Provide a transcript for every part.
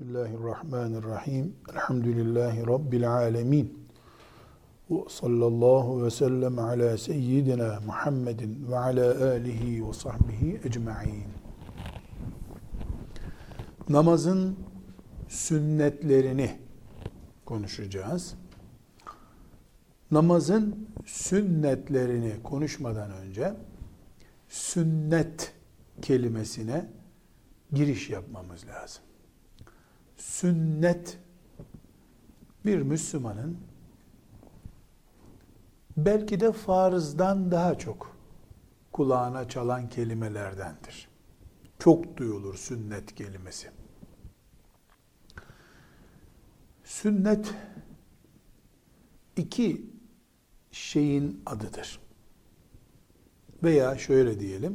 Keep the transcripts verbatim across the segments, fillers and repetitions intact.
Bismillahirrahmanirrahim. Elhamdülillahi Rabbil alemin. Ve sallallahu ve sellem ala seyyidina Muhammedin ve ala alihi ve sahbihi ecma'in. Namazın sünnetlerini konuşacağız. Namazın sünnetlerini konuşmadan önce sünnet kelimesine giriş yapmamız lazım. Sünnet, bir Müslümanın belki de farzdan daha çok kulağına çalan kelimelerdendir. Çok duyulur sünnet kelimesi. Sünnet iki şeyin adıdır. Veya şöyle diyelim,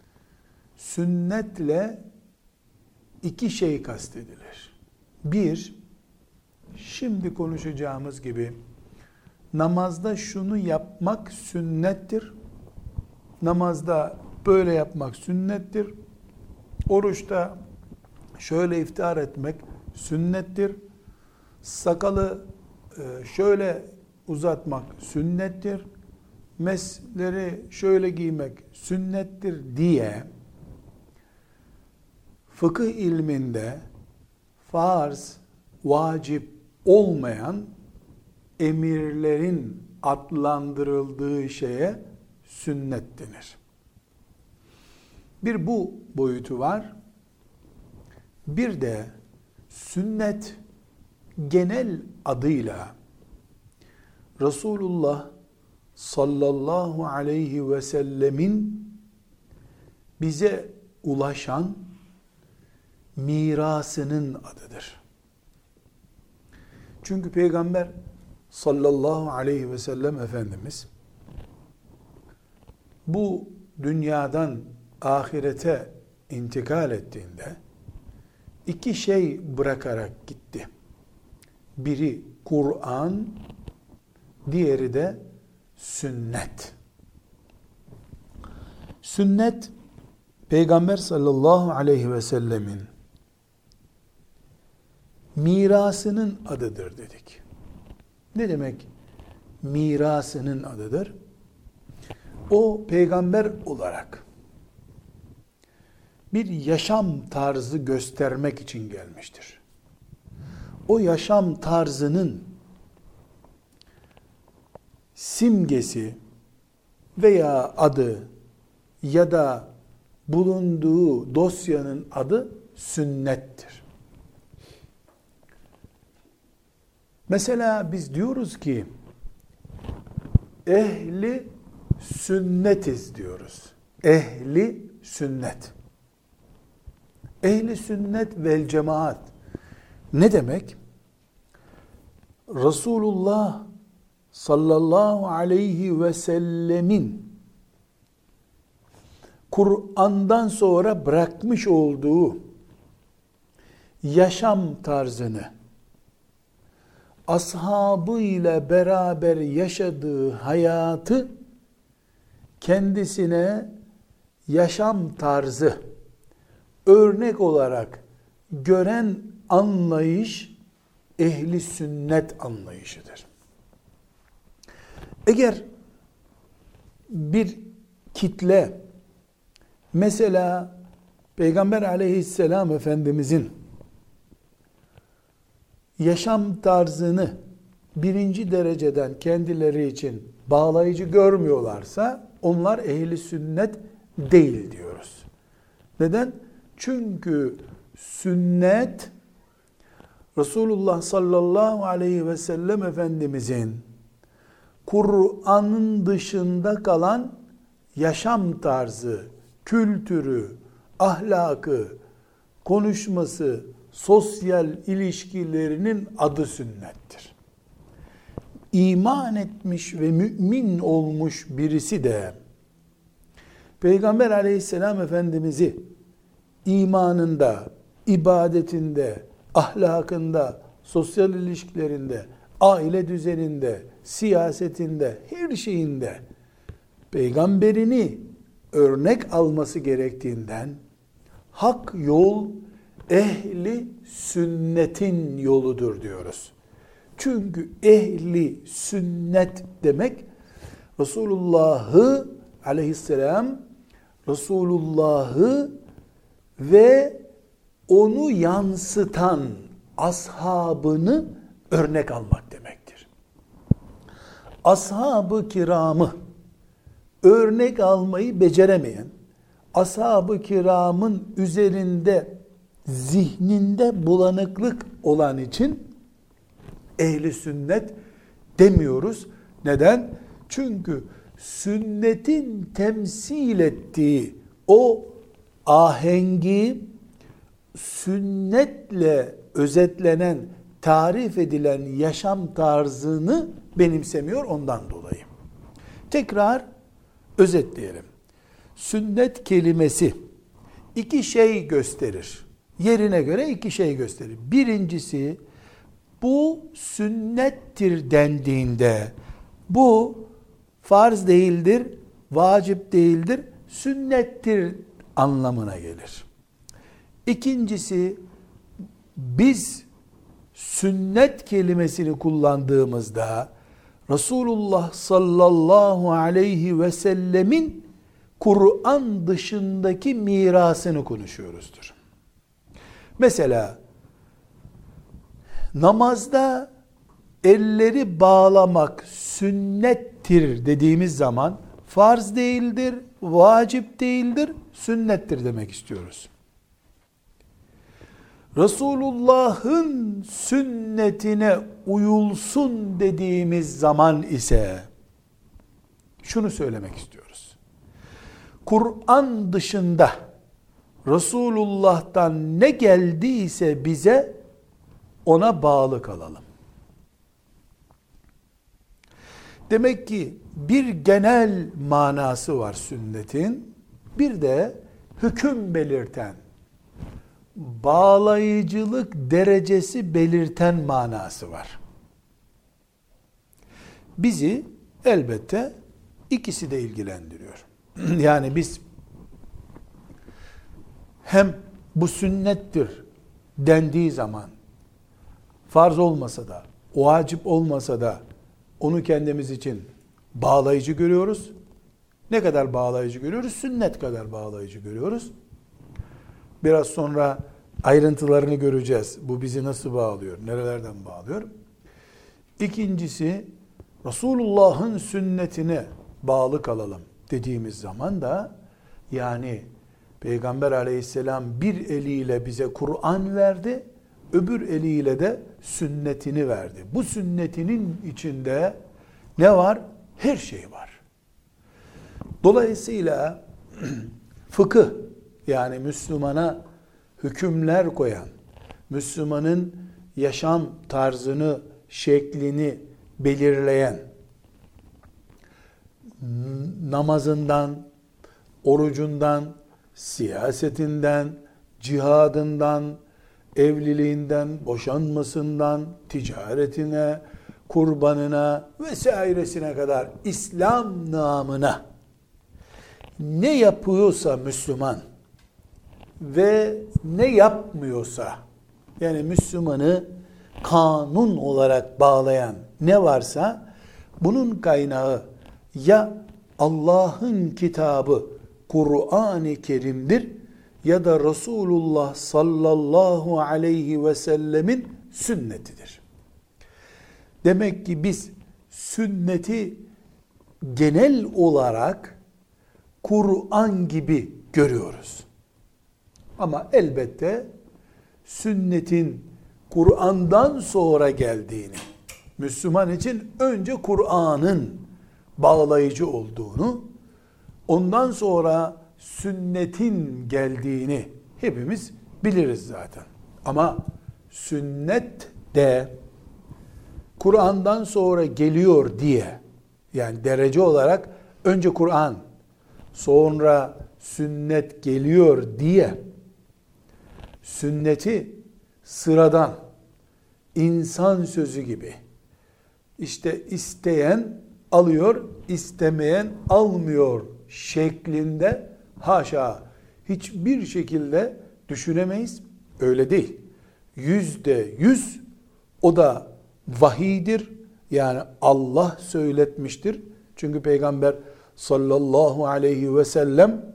sünnetle iki şey kastedilir. Bir, şimdi konuşacağımız gibi namazda şunu yapmak sünnettir. Namazda böyle yapmak sünnettir. Oruçta şöyle iftar etmek sünnettir. Sakalı şöyle uzatmak sünnettir. Mesleri şöyle giymek sünnettir diye fıkıh ilminde farz, vacip olmayan emirlerin adlandırıldığı şeye sünnet denir. Bir bu boyutu var. Bir de sünnet genel adıyla Resulullah sallallahu aleyhi ve sellemin bize ulaşan mirasının adıdır. Çünkü Peygamber sallallahu aleyhi ve sellem Efendimiz bu dünyadan ahirete intikal ettiğinde iki şey bırakarak gitti. Biri Kur'an, diğeri de sünnet. Sünnet, Peygamber sallallahu aleyhi ve sellemin mirasının adıdır dedik. Ne demek mirasının adıdır? O peygamber olarak bir yaşam tarzı göstermek için gelmiştir. O yaşam tarzının simgesi veya adı ya da bulunduğu dosyanın adı sünnettir. Mesela biz diyoruz ki ehli sünnetiz diyoruz. Ehli sünnet. Ehli sünnet vel cemaat. Ne demek? Resulullah sallallahu aleyhi ve sellemin Kur'an'dan sonra bırakmış olduğu yaşam tarzını ashabıyla beraber yaşadığı hayatı kendisine yaşam tarzı örnek olarak gören anlayış ehli sünnet anlayışıdır. Eğer bir kitle mesela Peygamber aleyhisselam Efendimizin yaşam tarzını birinci dereceden kendileri için bağlayıcı görmüyorlarsa onlar ehli sünnet değil diyoruz. Neden? Çünkü sünnet Resulullah sallallahu aleyhi ve sellem Efendimizin Kur'an'ın dışında kalan yaşam tarzı, kültürü, ahlakı, konuşması, sosyal ilişkilerinin adı sünnettir. İman etmiş ve mümin olmuş birisi de Peygamber aleyhisselam Efendimiz'i imanında, ibadetinde, ahlakında, sosyal ilişkilerinde, aile düzeninde, siyasetinde, her şeyinde peygamberini örnek alması gerektiğinden hak yol ehli sünnetin yoludur diyoruz. Çünkü ehli sünnet demek Resulullah'ı aleyhisselam, Resulullah'ı ve onu yansıtan ashabını örnek almak demektir. Ashab-ı kiramı örnek almayı beceremeyen, ashab-ı kiramın üzerinde zihninde bulanıklık olan için ehli sünnet demiyoruz. Neden? Çünkü sünnetin temsil ettiği o ahengi, sünnetle özetlenen, tarif edilen yaşam tarzını benimsemiyor ondan dolayı. Tekrar özetleyelim. Sünnet kelimesi iki şey gösterir. Yerine göre iki şey gösterir. Birincisi, bu sünnettir dendiğinde bu farz değildir, vacip değildir, sünnettir anlamına gelir. İkincisi, biz sünnet kelimesini kullandığımızda Resulullah sallallahu aleyhi ve sellemin Kur'an dışındaki mirasını konuşuyoruzdur. Mesela namazda elleri bağlamak sünnettir dediğimiz zaman farz değildir, vacip değildir, sünnettir demek istiyoruz. Resulullah'ın sünnetine uyulsun dediğimiz zaman ise şunu söylemek istiyoruz. Kur'an dışında Resulullah'tan ne geldiyse bize ona bağlı kalalım. Demek ki bir genel manası var sünnetin, bir de hüküm belirten, bağlayıcılık derecesi belirten manası var. Bizi elbette ikisi de ilgilendiriyor. Yani biz hem bu sünnettir dendiği zaman farz olmasa da, vacip olmasa da onu kendimiz için bağlayıcı görüyoruz. Ne kadar bağlayıcı görüyoruz? Sünnet kadar bağlayıcı görüyoruz. Biraz sonra ayrıntılarını göreceğiz. Bu bizi nasıl bağlıyor? Nerelerden bağlıyor? İkincisi, Resulullah'ın sünnetine bağlı kalalım dediğimiz zaman da, yani Peygamber aleyhisselam bir eliyle bize Kur'an verdi, öbür eliyle de sünnetini verdi. Bu sünnetinin içinde ne var? Her şey var. Dolayısıyla fıkıh, yani Müslümana hükümler koyan, Müslümanın yaşam tarzını, şeklini belirleyen, namazından, orucundan, siyasetinden, cihadından, evliliğinden, boşanmasından, ticaretine, kurbanına vesairesine kadar İslam namına ne yapıyorsa Müslüman ve ne yapmıyorsa, yani Müslümanı kanun olarak bağlayan ne varsa bunun kaynağı ya Allah'ın kitabı Kur'an-ı Kerim'dir ya da Resulullah sallallahu aleyhi ve sellemin sünnetidir. Demek ki biz sünneti genel olarak Kur'an gibi görüyoruz. Ama elbette sünnetin Kur'an'dan sonra geldiğini, Müslüman için önce Kur'an'ın bağlayıcı olduğunu, ondan sonra sünnetin geldiğini hepimiz biliriz zaten. Ama sünnet de Kur'an'dan sonra geliyor diye, yani derece olarak önce Kur'an, sonra sünnet geliyor diye sünneti sıradan insan sözü gibi, işte isteyen alıyor, istemeyen almıyor şeklinde haşa hiçbir şekilde düşünemeyiz. Öyle değil. Yüzde yüz o da vahiydir. Yani Allah söyletmiştir. Çünkü Peygamber sallallahu aleyhi ve sellem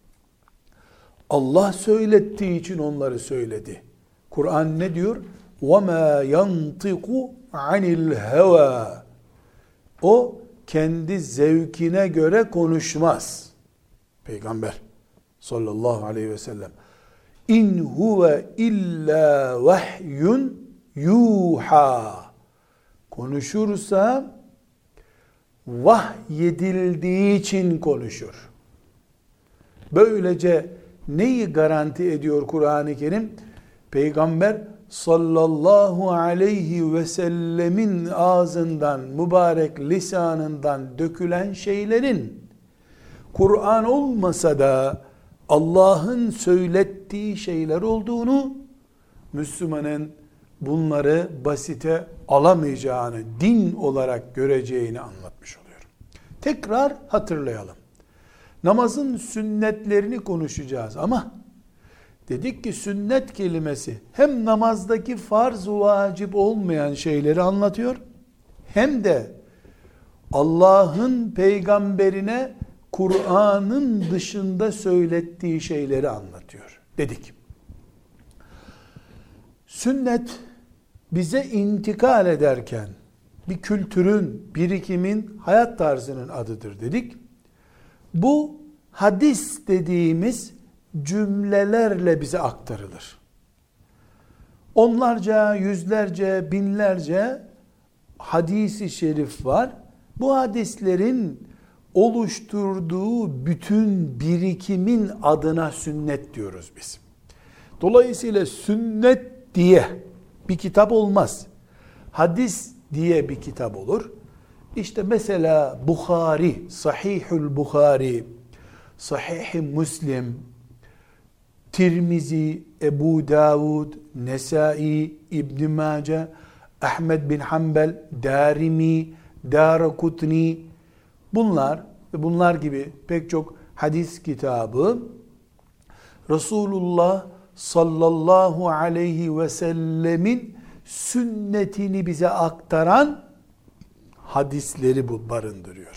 Allah söylettiği için onları söyledi. Kur'an ne diyor? وَمَا يَنْطِقُ عَنِ الْهَوَى O kendi zevkine göre konuşmaz. Peygamber sallallahu aleyhi ve sellem. İn huve illa vahyun yuha. Konuşursa vahyedildiği için konuşur. Böylece neyi garanti ediyor Kur'an-ı Kerim? Peygamber sallallahu aleyhi ve sellemin ağzından, mübarek lisanından dökülen şeylerin Kur'an olmasa da Allah'ın söylettiği şeyler olduğunu, Müslümanın bunları basite alamayacağını, din olarak göreceğini anlatmış oluyor. Tekrar hatırlayalım. Namazın sünnetlerini konuşacağız ama dedik ki sünnet kelimesi hem namazdaki farz vacip olmayan şeyleri anlatıyor, hem de Allah'ın peygamberine Kur'an'ın dışında söylettiği şeyleri anlatıyor dedik. Sünnet bize intikal ederken bir kültürün, birikimin, hayat tarzının adıdır dedik. Bu hadis dediğimiz cümlelerle bize aktarılır. Onlarca, yüzlerce, binlerce hadis-i şerif var. Bu hadislerin oluşturduğu bütün birikimin adına sünnet diyoruz biz. Dolayısıyla sünnet diye bir kitap olmaz. Hadis diye bir kitap olur. İşte mesela Bukhari, Sahihül Bukhari, Sahih-i Müslim, Tirmizi, Ebu Davud, Nesai, İbn Mace, Ahmed bin Hanbel, Darimi, Darakutni, bunlar ve bunlar gibi pek çok hadis kitabı Resulullah sallallahu aleyhi ve sellemin sünnetini bize aktaran hadisleri bu barındırıyor.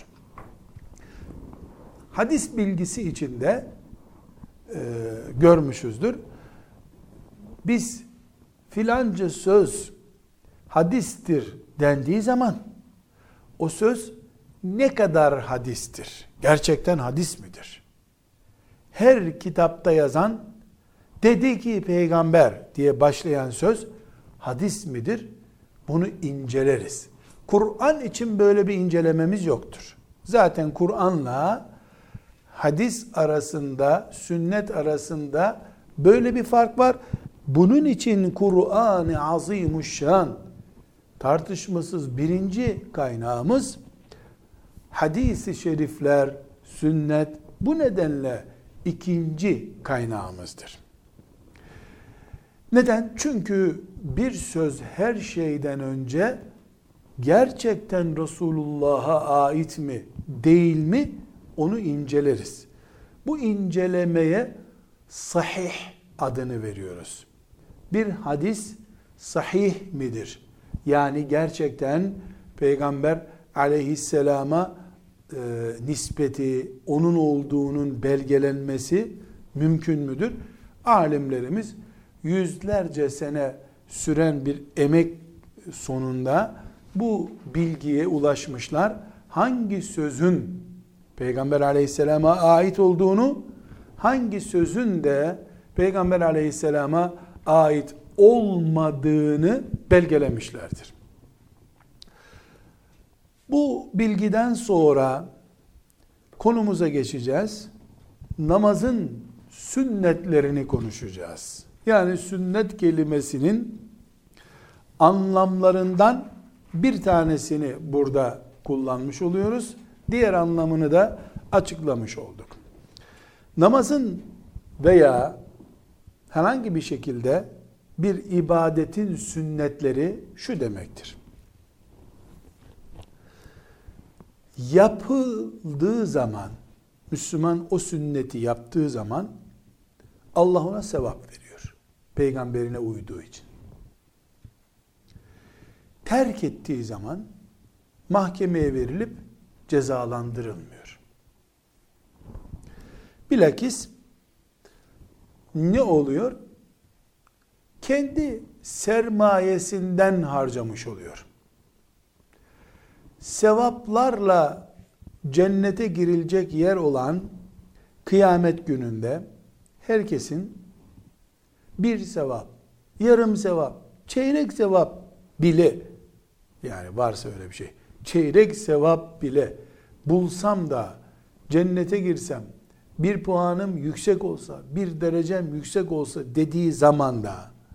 Hadis bilgisi içinde e, görmüşüzdür. Biz filanca söz hadistir dendiği zaman o söz ne kadar hadistir? Gerçekten hadis midir? Her kitapta yazan dedi ki peygamber diye başlayan söz hadis midir? Bunu inceleriz. Kur'an için böyle bir incelememiz yoktur. Zaten Kur'an'la hadis arasında, sünnet arasında böyle bir fark var. Bunun için Kur'an-ı Azimuşşan tartışmasız birinci kaynağımız hadis-i şerifler, sünnet, bu nedenle ikinci kaynağımızdır. Neden? Çünkü bir söz her şeyden önce gerçekten Resulullah'a ait mi, değil mi? Onu inceleriz. Bu incelemeye sahih adını veriyoruz. Bir hadis sahih midir? Yani gerçekten Peygamber aleyhisselama e, nispeti, onun olduğunun belgelenmesi mümkün müdür? Alimlerimiz yüzlerce sene süren bir emek sonunda bu bilgiye ulaşmışlar. Hangi sözün Peygamber aleyhisselama ait olduğunu, hangi sözün de Peygamber aleyhisselama ait olmadığını belgelemişlerdir. Bu bilgiden sonra konumuza geçeceğiz. Namazın sünnetlerini konuşacağız. Yani sünnet kelimesinin anlamlarından bir tanesini burada kullanmış oluyoruz. Diğer anlamını da açıklamış olduk. Namazın veya herhangi bir şekilde bir ibadetin sünnetleri şu demektir. Yapıldığı zaman, Müslüman o sünneti yaptığı zaman Allah ona sevap veriyor. peygamberine uyduğu için. Terk ettiği zaman mahkemeye verilip cezalandırılmıyor. Bilakis ne oluyor? Kendi sermayesinden harcamış oluyor. Sevaplarla cennete girilecek yer olan kıyamet gününde herkesin bir sevap, yarım sevap, çeyrek sevap bile, yani varsa öyle bir şey, çeyrek sevap bile bulsam da cennete girsem, bir puanım yüksek olsa, bir derecem yüksek olsa dediği zamanda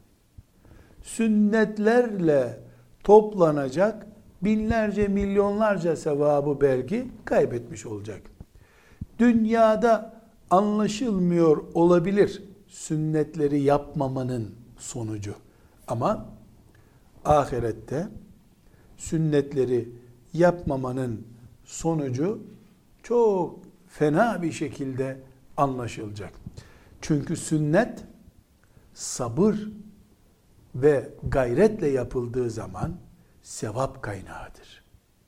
sünnetlerle toplanacak binlerce, milyonlarca sevabı belki kaybetmiş olacak. Dünyada anlaşılmıyor olabilir sünnetleri yapmamanın sonucu. Ama ahirette sünnetleri yapmamanın sonucu çok fena bir şekilde anlaşılacak. Çünkü sünnet sabır ve gayretle yapıldığı zaman sevap kaynağıdır.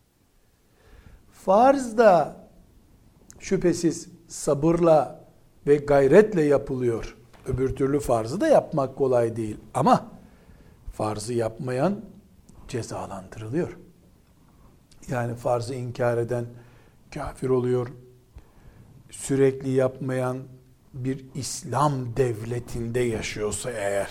Farz da şüphesiz sabırla ve gayretle yapılıyor. Öbür türlü farzı da yapmak kolay değil. Ama farzı yapmayan cezalandırılıyor. Yani farzı inkar eden kafir oluyor. Sürekli yapmayan bir İslam devletinde yaşıyorsa eğer,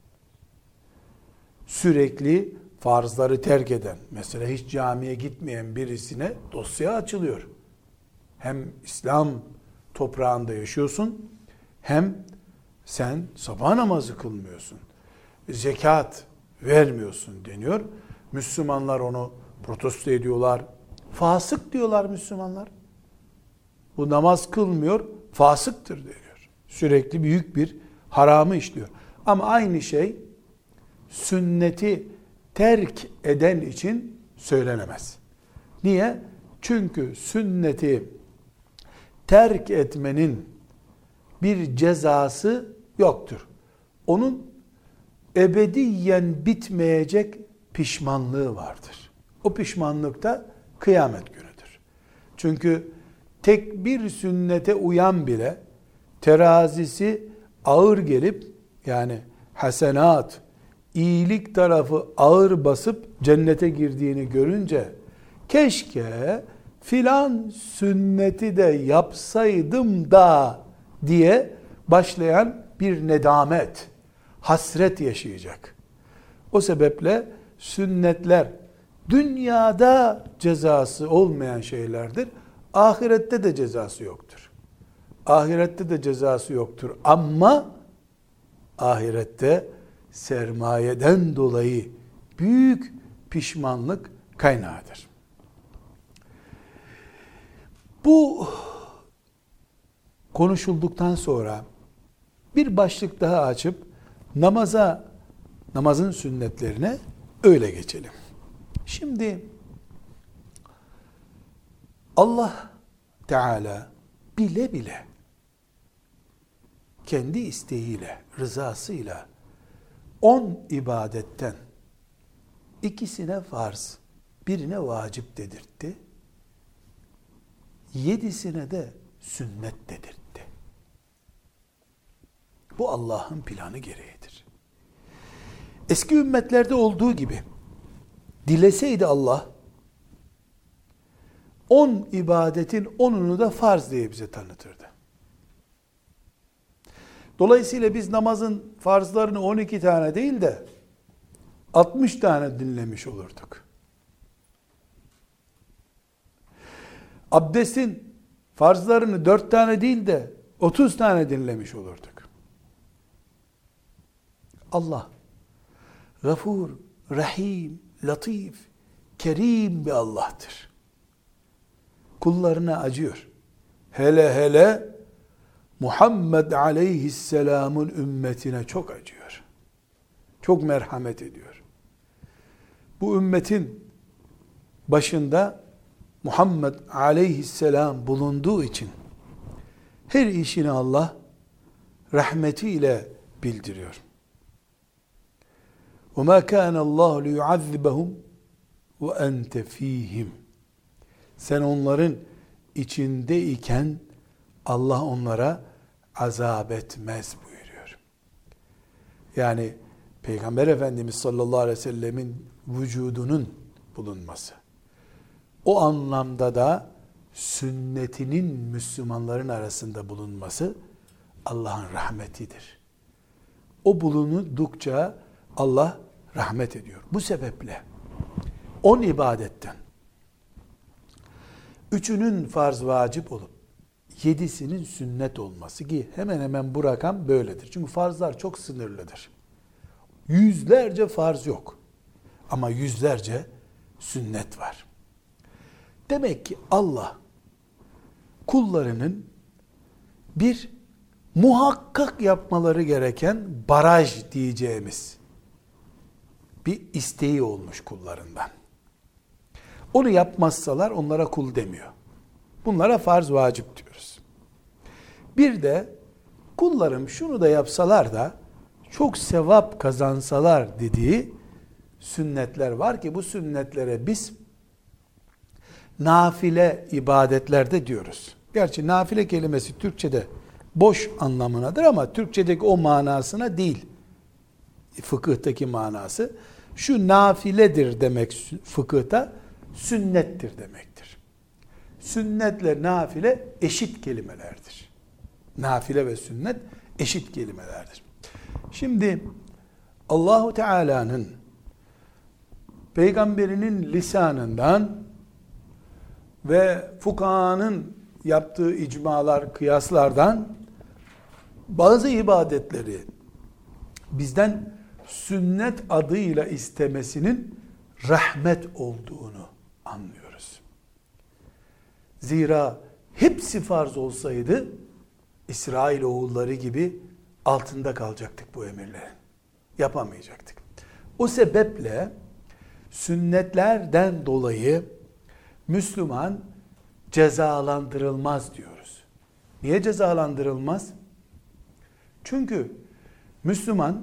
sürekli farzları terk eden, mesela hiç camiye gitmeyen birisine dosya açılıyor. Hem İslam toprağında yaşıyorsun, hem sen sabah namazı kılmıyorsun, zekat vermiyorsun deniyor. Müslümanlar onu protesto ediyorlar. Fasık diyorlar Müslümanlar. Bu namaz kılmıyor, fasıktır deniyor. Sürekli büyük bir haramı işliyor. Ama aynı şey sünneti terk eden için söylenemez. Niye? Çünkü sünneti terk etmenin bir cezası yoktur. Onun ebediyen bitmeyecek pişmanlığı vardır. O pişmanlık da kıyamet günüdür. Çünkü tek bir sünnete uyan bile terazisi ağır gelip, yani hasenat, iyilik tarafı ağır basıp cennete girdiğini görünce, keşke filan sünneti de yapsaydım da diye başlayan bir nedamet, hasret yaşayacak. O sebeple sünnetler dünyada cezası olmayan şeylerdir. Ahirette de cezası yoktur. Ahirette de cezası yoktur. Ama ahirette sermayeden dolayı büyük pişmanlık kaynağıdır. Bu konuşulduktan sonra bir başlık daha açıp namaza, namazın sünnetlerine öyle geçelim. Şimdi Allah Teala bile bile kendi isteğiyle, rızasıyla on ibadetten ikisine farz, birine vacip dedirtti. Yedisine de sünnet dedirtti. Bu Allah'ın planı gereğidir. Eski ümmetlerde olduğu gibi dileseydi Allah, on ibadetin onunu da farz diye bize tanıtırdı. Dolayısıyla biz namazın farzlarını on iki tane değil de altmış tane dinlemiş olurduk. Abdestin farzlarını dört tane değil de otuz tane dinlemiş olurduk. Allah Gafur, Rahim, Latif, Kerim bir Allah'tır. Kullarına acıyor. Hele hele Muhammed aleyhisselamın ümmetine çok acıyor. Çok merhamet ediyor. Bu ümmetin başında Muhammed aleyhisselam bulunduğu için her işini Allah rahmetiyle bildiriyor. وَمَا كَانَ اللّٰهُ لِيُعَذِّبَهُمْ وَاَنْتَ ف۪يهِمْ. Sen onların içindeyken Allah onlara azap etmez buyuruyor. Yani Peygamber Efendimiz sallallahu aleyhi ve sellemin vücudunun bulunması, o anlamda da sünnetinin Müslümanların arasında bulunması Allah'ın rahmetidir. O bulundukça Allah rahmet ediyor. Bu sebeple on ibadetten üçünün farz vacip olup yedisinin sünnet olması, ki hemen hemen bu rakam böyledir. Çünkü farzlar çok sınırlıdır. Yüzlerce farz yok. Ama yüzlerce sünnet var. Demek ki Allah kullarının bir muhakkak yapmaları gereken baraj diyeceğimiz bir isteği olmuş kullarından. Onu yapmazsalar onlara kul demiyor. Bunlara farz vacip diyoruz. Bir de kullarım şunu da yapsalar da çok sevap kazansalar dediği sünnetler var ki bu sünnetlere biz nafile ibadetlerde diyoruz. Gerçi nafile kelimesi Türkçe'de boş anlamınadır ama Türkçedeki o manasına değil. Fıkıhtaki manası şu nafiledir demek, fıkıhta sünnettir demektir. Sünnetle nafile eşit kelimelerdir. Nafile ve sünnet eşit kelimelerdir. Şimdi Allahu Teala'nın peygamberinin lisanından ve fukahanın yaptığı icmalar, kıyaslardan bazı ibadetleri bizden sünnet adıyla istemesinin rahmet olduğunu anlıyoruz. Zira hepsi farz olsaydı İsrail oğulları gibi altında kalacaktık bu emirlerin. Yapamayacaktık. O sebeple sünnetlerden dolayı Müslüman cezalandırılmaz diyoruz. Niye cezalandırılmaz? Çünkü Müslüman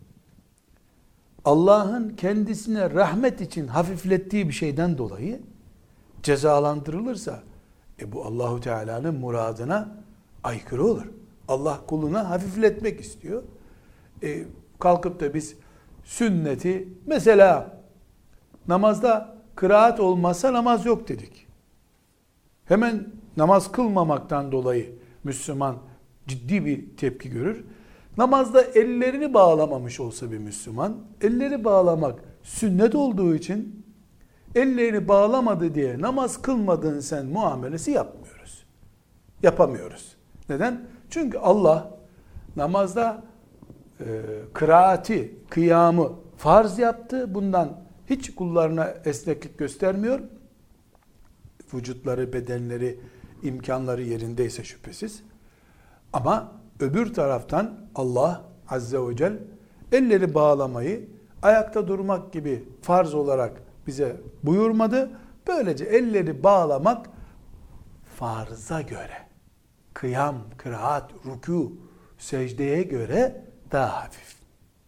Allah'ın kendisine rahmet için hafiflettiği bir şeyden dolayı cezalandırılırsa e bu Allahu Teala'nın muradına aykırı olur. Allah kuluna hafifletmek istiyor. E, kalkıp da biz sünneti mesela namazda kıraat olmazsa namaz yok dedik. Hemen namaz kılmamaktan dolayı Müslüman ciddi bir tepki görür. Namazda ellerini bağlamamış olsa bir Müslüman, elleri bağlamak sünnet olduğu için ellerini bağlamadı diye namaz kılmadın sen muamelesi yapmıyoruz. Yapamıyoruz. Neden? Çünkü Allah namazda e, kıraati, kıyamı farz yaptı. Bundan hiç kullarına esneklik göstermiyor. Vücutları, bedenleri, imkanları yerindeyse şüphesiz. Ama öbür taraftan Allah Azze ve Celle elleri bağlamayı ayakta durmak gibi farz olarak bize buyurmadı. Böylece elleri bağlamak farza göre, kıyam, kıraat, rükû, secdeye göre daha hafif.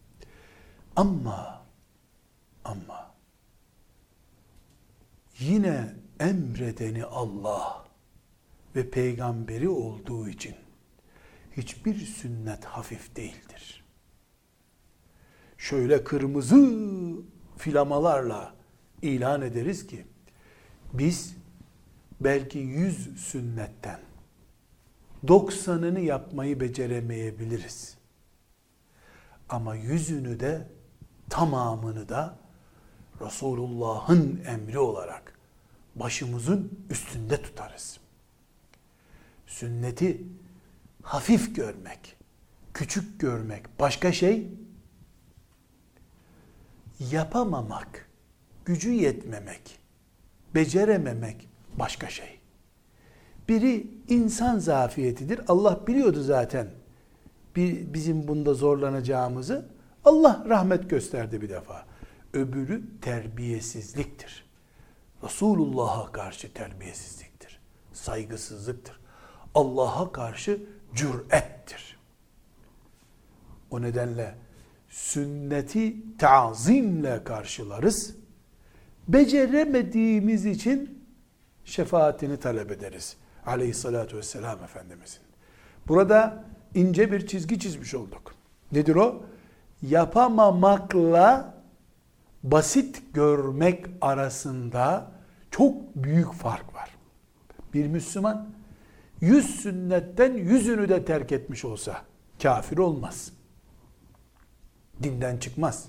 Ama ama yine emredeni Allah ve peygamberi olduğu için hiçbir sünnet hafif değildir. Şöyle kırmızı flamalarla ilan ederiz ki biz belki yüz sünnetten doksanını yapmayı beceremeyebiliriz. Ama yüzünü de tamamını da Resulullah'ın emri olarak başımızın üstünde tutarız. Sünneti hafif görmek, küçük görmek başka şey, yapamamak, gücü yetmemek, becerememek başka şey. Biri insan zafiyetidir. Allah biliyordu zaten bizim bunda zorlanacağımızı. Allah rahmet gösterdi bir defa. Öbürü terbiyesizliktir. Resulullah'a karşı terbiyesizliktir. Saygısızlıktır. Allah'a karşı cürettir. O nedenle sünneti tazimle karşılarız. Beceremediğimiz için şefaatini talep ederiz. Aleyhissalatu vesselam Efendimizin. Burada ince bir çizgi çizmiş olduk. Nedir o? Yapamamakla basit görmek arasında çok büyük fark var. Bir Müslüman yüz sünnetten yüzünü de terk etmiş olsa kafir olmaz. Dinden çıkmaz.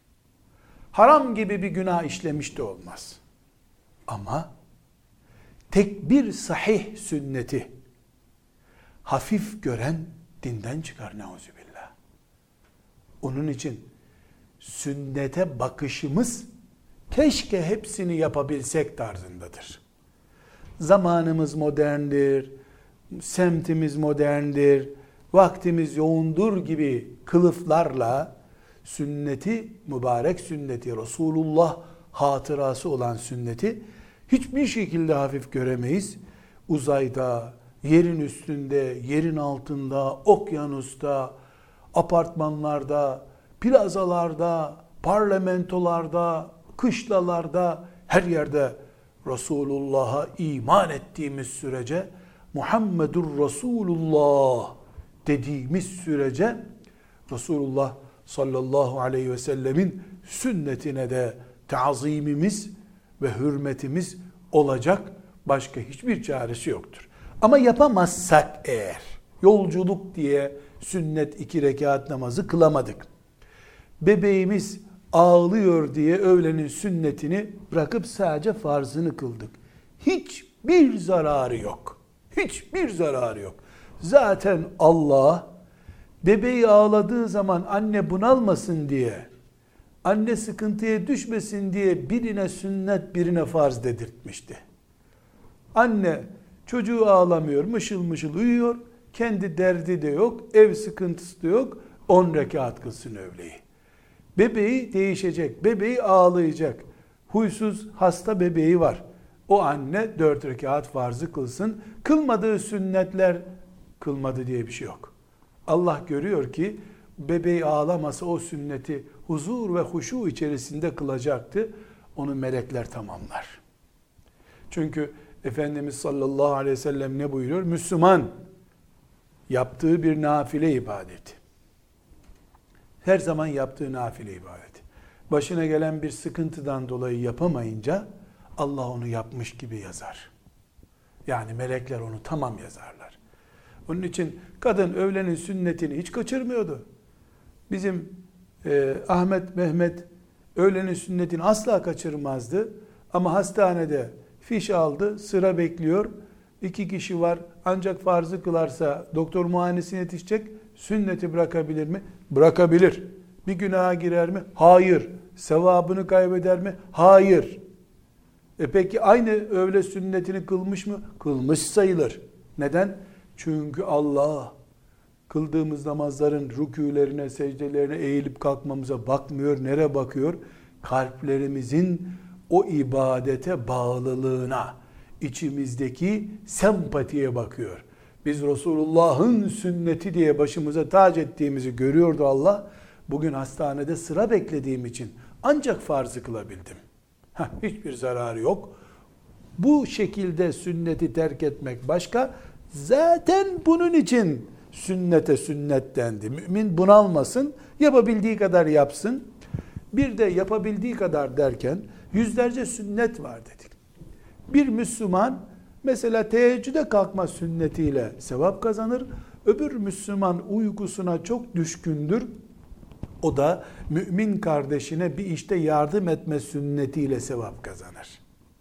Haram gibi bir günah işlemiş de olmaz. Ama tek bir sahih sünneti hafif gören dinden çıkar neuzubillah. Onun için sünnete bakışımız keşke hepsini yapabilsek tarzındadır. Zamanımız moderndir, semtimiz moderndir, vaktimiz yoğundur gibi kılıflarla sünneti, mübarek sünneti, Resulullah hatırası olan sünneti hiçbir şekilde hafif göremeyiz. Uzayda, yerin üstünde, yerin altında, okyanusta, apartmanlarda, plazalarda, parlamentolarda, kışlalarda, her yerde Resulullah'a iman ettiğimiz sürece, Muhammedur Resulullah dediğimiz sürece Resulullah sallallahu aleyhi ve sellemin sünnetine de tazimimiz ve hürmetimiz olacak. Başka hiçbir çaresi yoktur. Ama yapamazsak eğer, yolculuk diye sünnet iki rekat namazı kılamadık. Bebeğimiz ağlıyor diye öğlenin sünnetini bırakıp sadece farzını kıldık. Hiçbir zararı yok. Hiçbir zararı yok. Zaten Allah bebeği ağladığı zaman anne bunalmasın diye, anne sıkıntıya düşmesin diye birine sünnet birine farz dedirtmişti. Anne çocuğu ağlamıyor, mışıl mışıl uyuyor, kendi derdi de yok, ev sıkıntısı da yok, on rekat kılsın öğleyi. Bebeği değişecek, bebeği ağlayacak, huysuz hasta bebeği var. O anne dört rekat farzı kılsın, kılmadığı sünnetler kılmadı diye bir şey yok. Allah görüyor ki bebeği ağlamasa o sünneti huzur ve huşu içerisinde kılacaktı. Onu melekler tamamlar. Çünkü Efendimiz sallallahu aleyhi ve sellem ne buyuruyor? Müslüman yaptığı bir nafile ibadeti. Her zaman yaptığı nafile ibadeti. Başına gelen bir sıkıntıdan dolayı yapamayınca Allah onu yapmış gibi yazar. Yani melekler onu tamam yazarlar. Onun için kadın öğlenin sünnetini hiç kaçırmıyordu. Bizim e, Ahmet, Mehmet öğlenin sünnetini asla kaçırmazdı. Ama hastanede fiş aldı, sıra bekliyor. İki kişi var, ancak farzı kılarsa doktor muayenesine yetişecek. Sünneti bırakabilir mi? Bırakabilir. Bir günaha girer mi? Hayır. Sevabını kaybeder mi? Hayır. E peki aynı öğle sünnetini kılmış mı? Kılmış sayılır. Neden? Çünkü Allah kıldığımız namazların rükûlerine, secdelerine eğilip kalkmamıza bakmıyor. Nereye bakıyor? Kalplerimizin o ibadete bağlılığına, içimizdeki sempatiye bakıyor. Biz Resulullah'ın sünneti diye başımıza tac ettiğimizi görüyordu Allah. Bugün hastanede sıra beklediğim için ancak farzı kılabildim. Heh, hiçbir zararı yok. Bu şekilde sünneti terk etmek başka. Zaten bunun için sünnete sünnet dendi. Mümin bunalmasın, yapabildiği kadar yapsın. Bir de yapabildiği kadar derken yüzlerce sünnet var dedik. Bir Müslüman mesela teheccüde kalkma sünnetiyle sevap kazanır. Öbür Müslüman uykusuna çok düşkündür. O da mümin kardeşine bir işte yardım etme sünnetiyle sevap kazanır.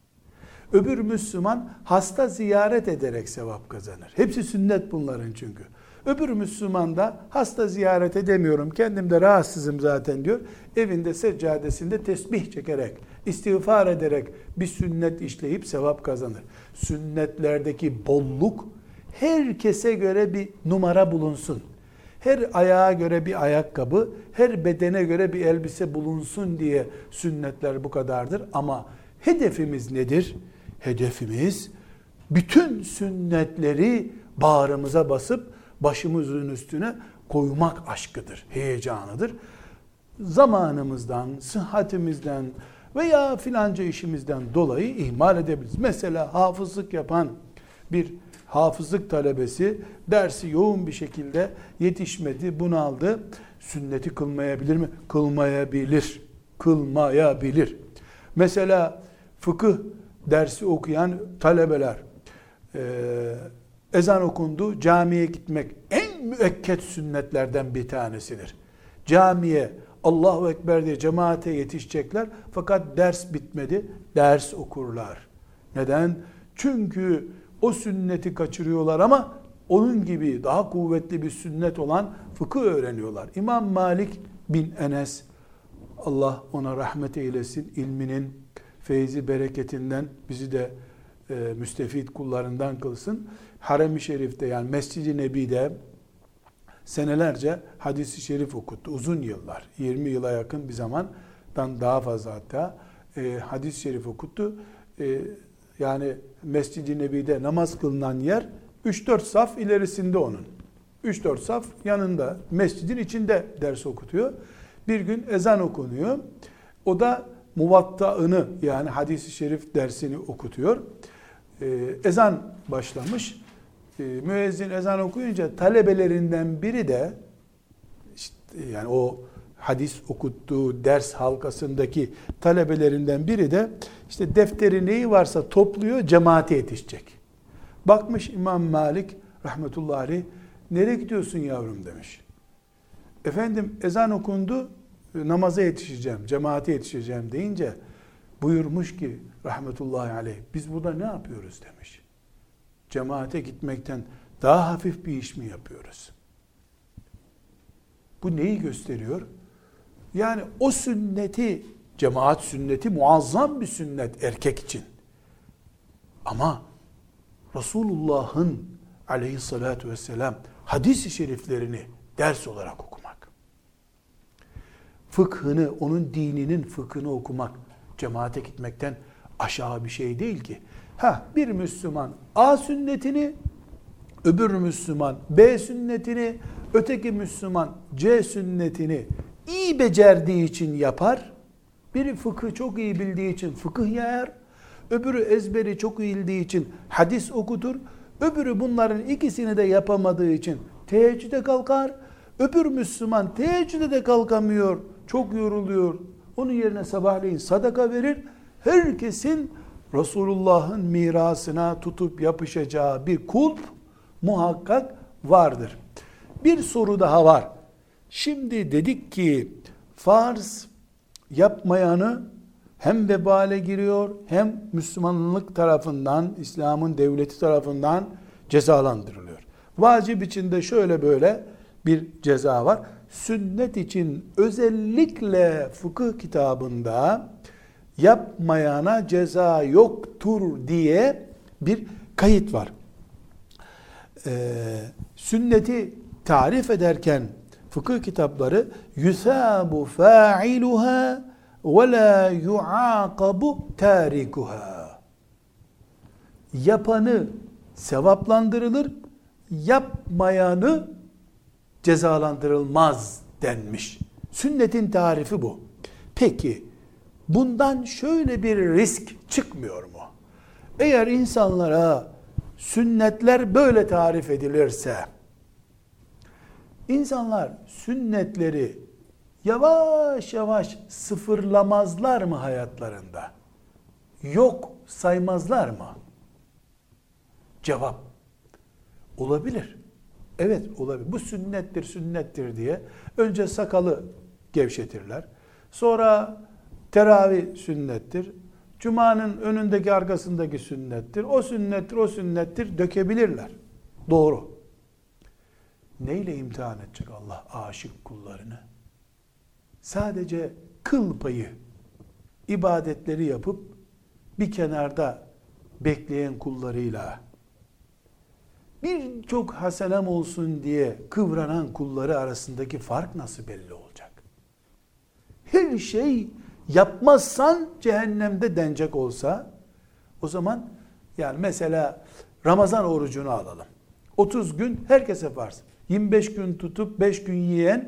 Öbür Müslüman hasta ziyaret ederek sevap kazanır. Hepsi sünnet bunların çünkü. Öbür Müslüman da hasta ziyaret edemiyorum, kendim de rahatsızım zaten diyor. Evinde seccadesinde tesbih çekerek, istiğfar ederek bir sünnet işleyip sevap kazanır. Sünnetlerdeki bolluk herkese göre bir numara bulunsun. Her ayağa göre bir ayakkabı, her bedene göre bir elbise bulunsun diye sünnetler bu kadardır. Ama hedefimiz nedir? Hedefimiz bütün sünnetleri bağrımıza basıp başımızın üstüne koymak aşkıdır, heyecanıdır. zamanımızdan, sıhhatimizden veya filanca işimizden dolayı ihmal edebiliriz. Mesela hafızlık yapan bir hafızlık talebesi dersi yoğun bir şekilde yetişmedi, bunaldı. Sünneti kılmayabilir mi? Kılmayabilir. Kılmayabilir. Mesela fıkıh dersi okuyan talebeler, e, ezan okundu, camiye gitmek en müekket sünnetlerden bir tanesidir. Camiye Allahu Ekber diye cemaate yetişecekler fakat ders bitmedi, ders okurlar. Neden? Çünkü o sünneti kaçırıyorlar ama onun gibi daha kuvvetli bir sünnet olan fıkıh öğreniyorlar. İmam Malik bin Enes, Allah ona rahmet eylesin, ilminin feyzi bereketinden bizi de e, müstefid kullarından kılsın. Harem-i Şerif'te, yani Mescid-i Nebi'de senelerce hadis-i şerif okuttu. Uzun yıllar, yirmi yıla yakın bir zamandan daha fazla hatta e, hadis-i şerif okuttu. E, yani Mescid-i Nebi'de namaz kılınan yer üç dört saf ilerisinde onun. üç dört saf yanında, mescidin içinde ders okutuyor. Bir gün ezan okunuyor. O da muvatta'ını, yani hadis-i şerif dersini okutuyor. Ee, ezan başlamış. Ee, müezzin ezan okuyunca talebelerinden biri de işte, yani o hadis okuttuğu ders halkasındaki talebelerinden biri de işte defteri neyi varsa topluyor, cemaate yetişecek. Bakmış İmam Malik rahmetullahi aleyh, nereye gidiyorsun yavrum demiş. Efendim ezan okundu, namaza yetişeceğim, cemaate yetişeceğim deyince buyurmuş ki rahmetullahi aleyh, biz burada ne yapıyoruz demiş. Cemaate gitmekten daha hafif bir iş mi yapıyoruz? Bu neyi gösteriyor? Yani o sünneti, cemaat sünneti muazzam bir sünnet erkek için. Ama Resulullah'ın aleyhissalatu vesselam hadis-i şeriflerini ders olarak okumak, fıkhını, onun dininin fıkhını okumak, cemaate gitmekten aşağı bir şey değil ki. Ha, bir Müslüman A sünnetini, öbür Müslüman B sünnetini, öteki Müslüman C sünnetini iyi becerdiği için yapar. Biri fıkhı çok iyi bildiği için fıkıh yayar. Öbürü ezberi çok iyi bildiği için hadis okutur. Öbürü bunların ikisini de yapamadığı için teheccüde kalkar. Öbür Müslüman teheccüde de kalkamıyor, çok yoruluyor. Onun yerine sabahleyin sadaka verir. Herkesin Resulullah'ın mirasına tutup yapışacağı bir kulp muhakkak vardır. Bir soru daha var. Şimdi dedik ki farz yapmayanı hem vebale giriyor hem Müslümanlık tarafından, İslam'ın devleti tarafından cezalandırılıyor. Vacip içinde şöyle böyle bir ceza var. Sünnet için özellikle fıkıh kitabında yapmayana ceza yoktur diye bir kayıt var. Ee, sünneti tarif ederken fıkıh kitapları yusabu fa'iluha ve la yuaqabu tarikuha. Yapanı sevaplandırılır, yapmayanı cezalandırılmaz denmiş. Sünnetin tarifi bu. Peki bundan şöyle bir risk çıkmıyor mu? Eğer insanlara sünnetler böyle tarif edilirse, insanlar sünnetleri yavaş yavaş sıfırlamazlar mı hayatlarında? Yok saymazlar mı? Cevap, olabilir. Evet olabilir. Bu sünnettir, sünnettir diye önce sakalı gevşetirler. Sonra teravih sünnettir. Cuma'nın önündeki arkasındaki sünnettir. O sünnettir, o sünnettir dökebilirler. Doğru. Neyle imtihan edecek Allah aşık kullarını? Sadece kıl payı ibadetleri yapıp bir kenarda bekleyen kullarıyla, birçok hasenem olsun diye kıvranan kulları arasındaki fark nasıl belli olacak? Her şey yapmazsan cehennemde denecek olsa, o zaman yani mesela Ramazan orucunu alalım. otuz gün herkese farz. yirmi beş gün tutup beş gün yiyen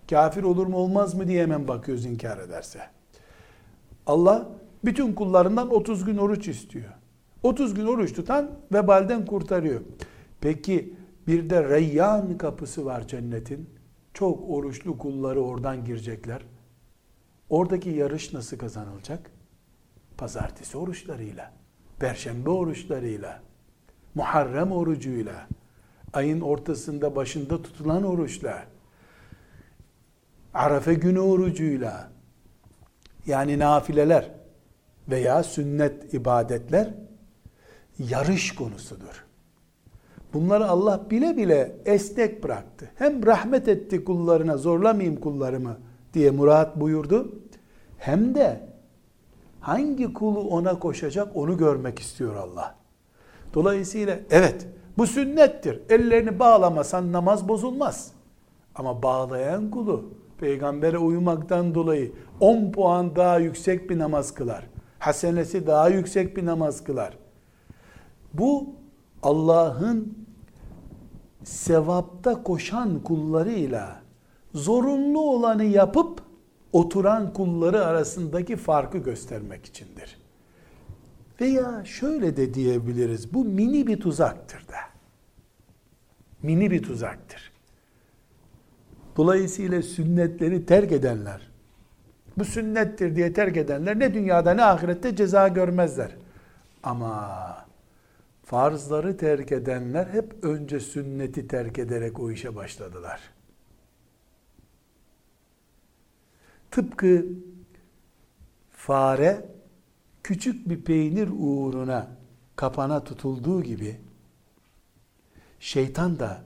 kafir olur mu olmaz mı diye hemen bakıyoruz inkar ederse. Allah bütün kullarından otuz gün oruç istiyor. otuz gün oruç tutan vebalden kurtarıyor. Peki bir de Reyyan kapısı var cennetin. Çok oruçlu kulları oradan girecekler. Oradaki yarış nasıl kazanılacak? Pazartesi oruçlarıyla, Perşembe oruçlarıyla, Muharrem orucuyla, ayın ortasında başında tutulan oruçla, Arafe günü orucuyla, yani nafileler veya sünnet ibadetler yarış konusudur. Bunları Allah bile bile esnek bıraktı. Hem rahmet etti kullarına, zorlamayayım kullarımı diye murat buyurdu. Hem de hangi kulu ona koşacak onu görmek istiyor Allah. Dolayısıyla evet bu sünnettir. Ellerini bağlamasan namaz bozulmaz. Ama bağlayan kulu peygambere uymaktan dolayı on puan daha yüksek bir namaz kılar. Hasenesi daha yüksek bir namaz kılar. Bu Allah'ın sevapta koşan kullarıyla zorunlu olanı yapıp oturan kulları arasındaki farkı göstermek içindir. Veya şöyle de diyebiliriz, bu mini bir tuzaktır da. Mini bir tuzaktır. Dolayısıyla sünnetleri terk edenler, bu sünnettir diye terk edenler ne dünyada ne ahirette ceza görmezler. Ama farzları terk edenler hep önce sünneti terk ederek o işe başladılar. Tıpkı fare küçük bir peynir uğruna kapana tutulduğu gibi şeytan da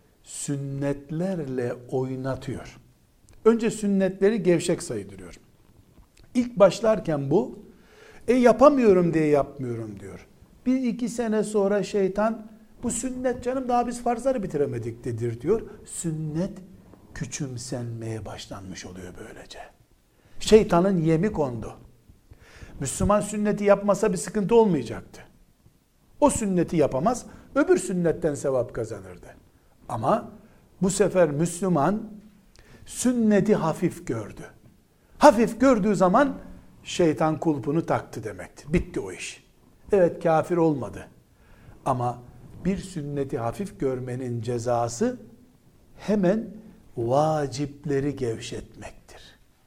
sünnetlerle oynatıyor. Önce sünnetleri gevşek saydırıyor. İlk başlarken bu, e yapamıyorum diye yapmıyorum diyor. Bir iki sene sonra şeytan, bu sünnet canım daha biz farzları bitiremedik dedir diyor. Sünnet küçümsenmeye başlanmış oluyor böylece. Şeytanın yemi kondu. Müslüman sünneti yapmasa bir sıkıntı olmayacaktı. O sünneti yapamaz, öbür sünnetten sevap kazanırdı. Ama bu sefer Müslüman sünneti hafif gördü. Hafif gördüğü zaman şeytan kulpunu taktı demektir. Bitti o iş. Evet kafir olmadı. Ama bir sünneti hafif görmenin cezası hemen vacipleri gevşetmektir.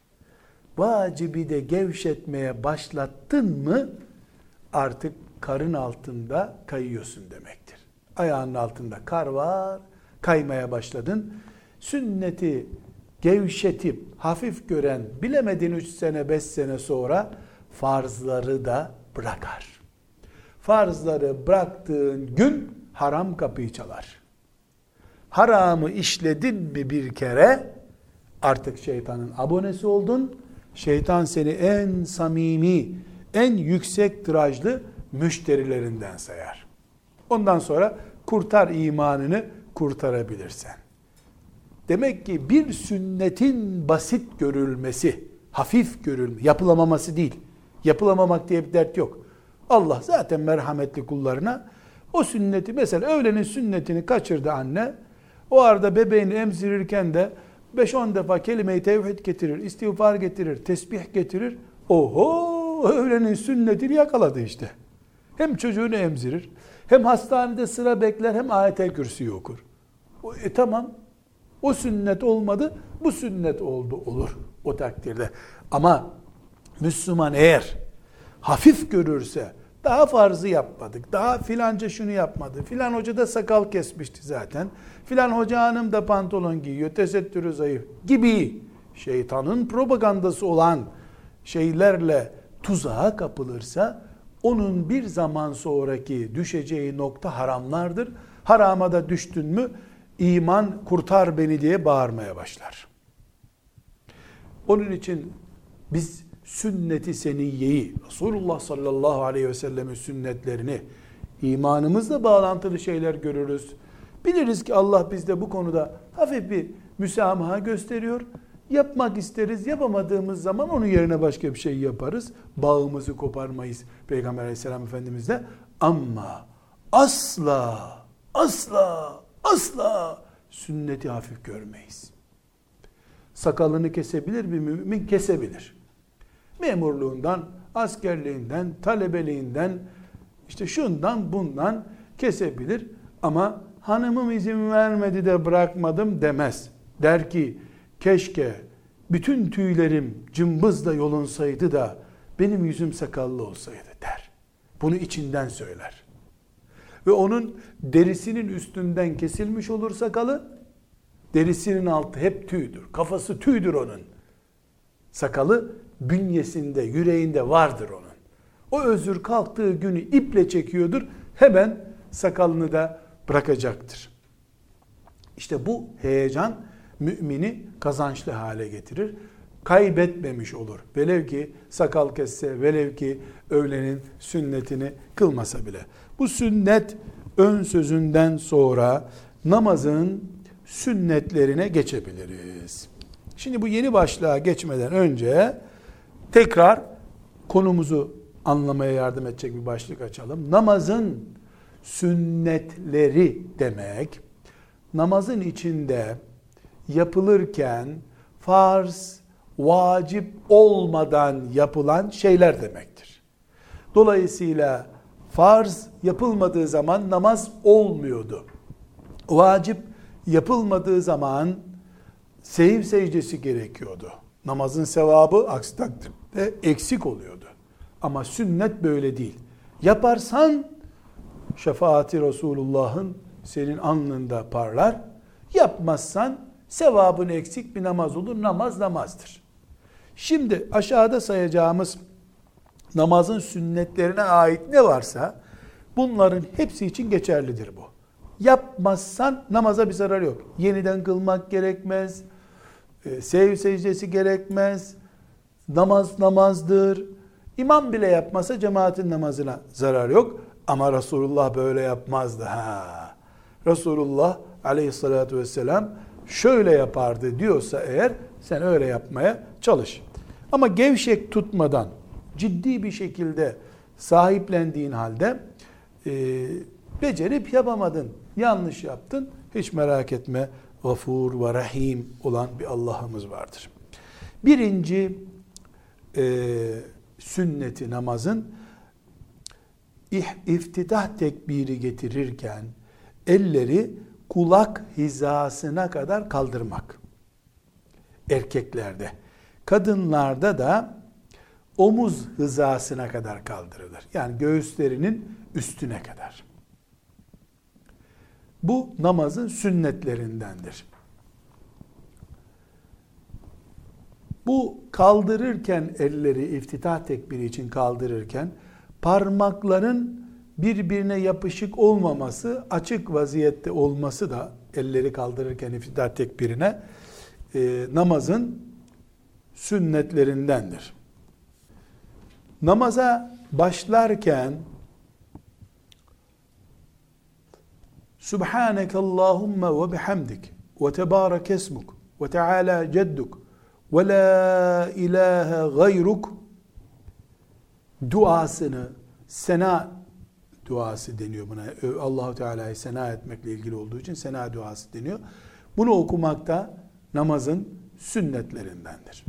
Vacibi de gevşetmeye başlattın mı artık karın altında kayıyorsun demektir. Ayağının altında kar var, kaymaya başladın. Sünneti gevşetip hafif gören, bilemedin üç sene beş sene sonra farzları da bırakar. Farzları bıraktığın gün haram kapıyı çalar. Haramı işledin mi bir kere artık şeytanın abonesi oldun. Şeytan seni en samimi, en yüksek tirajlı müşterilerinden sayar. Ondan sonra kurtar imanını kurtarabilirsen. Demek ki bir sünnetin basit görülmesi, hafif görülmesi, yapılamaması değil. Yapılamamak diye bir dert yok. Allah zaten merhametli kullarına o sünneti, mesela öğlenin sünnetini kaçırdı anne. O arada bebeğini emzirirken de beş on defa kelime-i tevhid getirir, istiğfar getirir, tesbih getirir. Oho, öğlenin sünnetini yakaladı işte. Hem çocuğunu emzirir, hem hastanede sıra bekler, hem ayet-el kürsüyü okur. E tamam, o sünnet olmadı, bu sünnet oldu olur o takdirde. Ama Müslüman eğer hafif görürse, daha farzı yapmadık, daha filanca şunu yapmadı, filan hoca da sakal kesmişti zaten, filan hoca hanım da pantolon giyiyor, tesettürü zayıf gibi şeytanın propagandası olan şeylerle tuzağa kapılırsa, onun bir zaman sonraki düşeceği nokta haramlardır. Harama da düştün mü, iman kurtar beni diye bağırmaya başlar. Onun için biz sünnet-i seniyyeyi, Resulullah sallallahu aleyhi ve sellemin sünnetlerini imanımızla bağlantılı şeyler görürüz. Biliriz ki Allah bizde bu konuda hafif bir müsamaha gösteriyor. Yapmak isteriz, yapamadığımız zaman onun yerine başka bir şey yaparız. Bağımızı koparmayız Peygamber aleyhisselam Efendimizle. Ama asla, asla, asla sünneti hafif görmeyiz. sakalını kesebilir bir mümin, kesebilir. Memurluğundan, askerliğinden, talebeliğinden, işte şundan bundan kesebilir ama hanımım izin vermedi de bırakmadım demez. Der ki keşke bütün tüylerim cımbızla yolunsaydı da benim yüzüm sakallı olsaydı der. Bunu içinden söyler. Ve onun derisinin üstünden kesilmiş olur sakalı, derisinin altı hep tüydür. Kafası tüydür onun. Sakalı bünyesinde, yüreğinde vardır onun. O özür kalktığı günü iple çekiyordur. Hemen sakalını da bırakacaktır. İşte bu heyecan mümini kazançlı hale getirir. Kaybetmemiş olur. Velev ki sakal kesse, velev ki öğlenin sünnetini kılmasa bile. Bu sünnet ön sözünden sonra namazın sünnetlerine geçebiliriz. Şimdi bu yeni başlığa geçmeden önce tekrar konumuzu anlamaya yardım edecek bir başlık açalım. Namazın sünnetleri demek, namazın içinde yapılırken farz, vacip olmadan yapılan şeyler demektir. Dolayısıyla farz yapılmadığı zaman namaz olmuyordu. Vacip yapılmadığı zaman sehiv secdesi gerekiyordu. Namazın sevabı aksi takdirde eksik oluyordu. Ama sünnet böyle değil. Yaparsan şefaati Resulullah'ın senin alnında parlar. Yapmazsan sevabın eksik bir namaz olur. Namaz namazdır. Şimdi aşağıda sayacağımız namazın sünnetlerine ait ne varsa bunların hepsi için geçerlidir bu. Yapmazsan namaza bir zarar yok. Yeniden kılmak gerekmez. E, sehiv secdesi gerekmez. Namaz namazdır. İmam bile yapmasa cemaatin namazına zarar yok. Ama Resulullah böyle yapmazdı. Ha. Resulullah aleyhissalatü vesselam şöyle yapardı diyorsa eğer sen öyle yapmaya çalış. Ama gevşek tutmadan ciddi bir şekilde sahiplendiğin halde e, becerip yapamadın, yanlış yaptın. Hiç merak etme, Gafur ve Rahim olan bir Allah'ımız vardır. Birinci e, sünneti namazın iftitah tekbiri getirirken elleri kulak hizasına kadar kaldırmak. Erkeklerde. Kadınlarda da omuz hizasına kadar kaldırılır. Yani göğüslerinin üstüne kadar. Bu namazın sünnetlerindendir. Bu kaldırırken elleri iftitah tekbiri için kaldırırken parmakların birbirine yapışık olmaması, açık vaziyette olması da elleri kaldırırken iftitah tekbirine e, namazın sünnetlerindendir. Namaza başlarken Subhaneke Allahümme ve bihamdik ve tebarek esmuk ve teala cedduk ve la ilahe gayruk duasını, sena duası deniyor buna. Allah-u Teala'yı sena etmekle ilgili olduğu için sena duası deniyor. Bunu okumak da namazın sünnetlerindendir.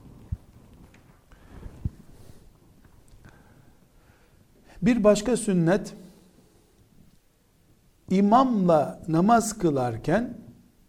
Bir başka sünnet, imamla namaz kılarken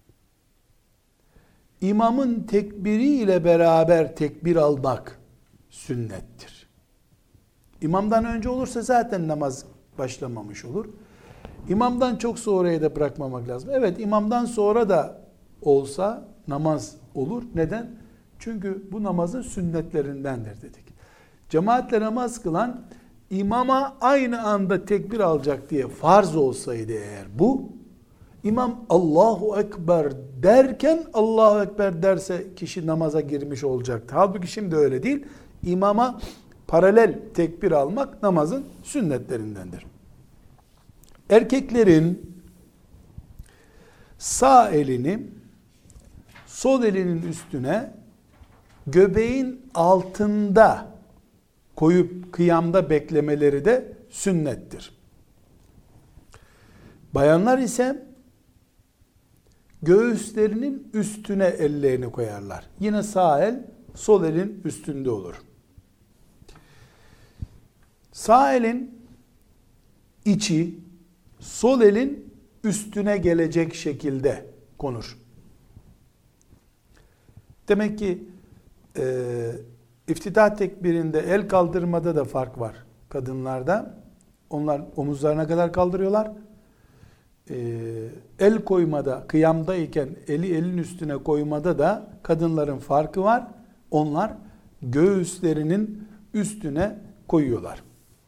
imamın tekbiri ile beraber tekbir almak sünnettir. İmamdan önce olursa zaten namaz başlamamış olur. İmamdan çok sonraya da bırakmamak lazım. Evet, imamdan sonra da olsa namaz olur. Neden? Çünkü bu namazın sünnetlerindendir dedik. Cemaatle namaz kılan imama aynı anda tekbir alacak diye farz olsaydı eğer bu, imam Allahu Ekber derken Allahu Ekber derse kişi namaza girmiş olacaktı. Halbuki şimdi öyle değil. İmama paralel tekbir almak namazın sünnetlerindendir. Erkeklerin sağ elini sol elinin üstüne göbeğin altında koyup kıyamda beklemeleri de sünnettir. Bayanlar ise göğüslerinin üstüne ellerini koyarlar. Yine sağ el sol elin üstünde olur. Sağ elin içi sol elin üstüne gelecek şekilde konur. Demek ki e, iftitah tekbirinde el kaldırmada da fark var kadınlarda. Onlar omuzlarına kadar kaldırıyorlar. E, el koymada, kıyamdayken eli elin üstüne koymada da kadınların farkı var. Onlar göğüslerinin üstüne koyuyorlar.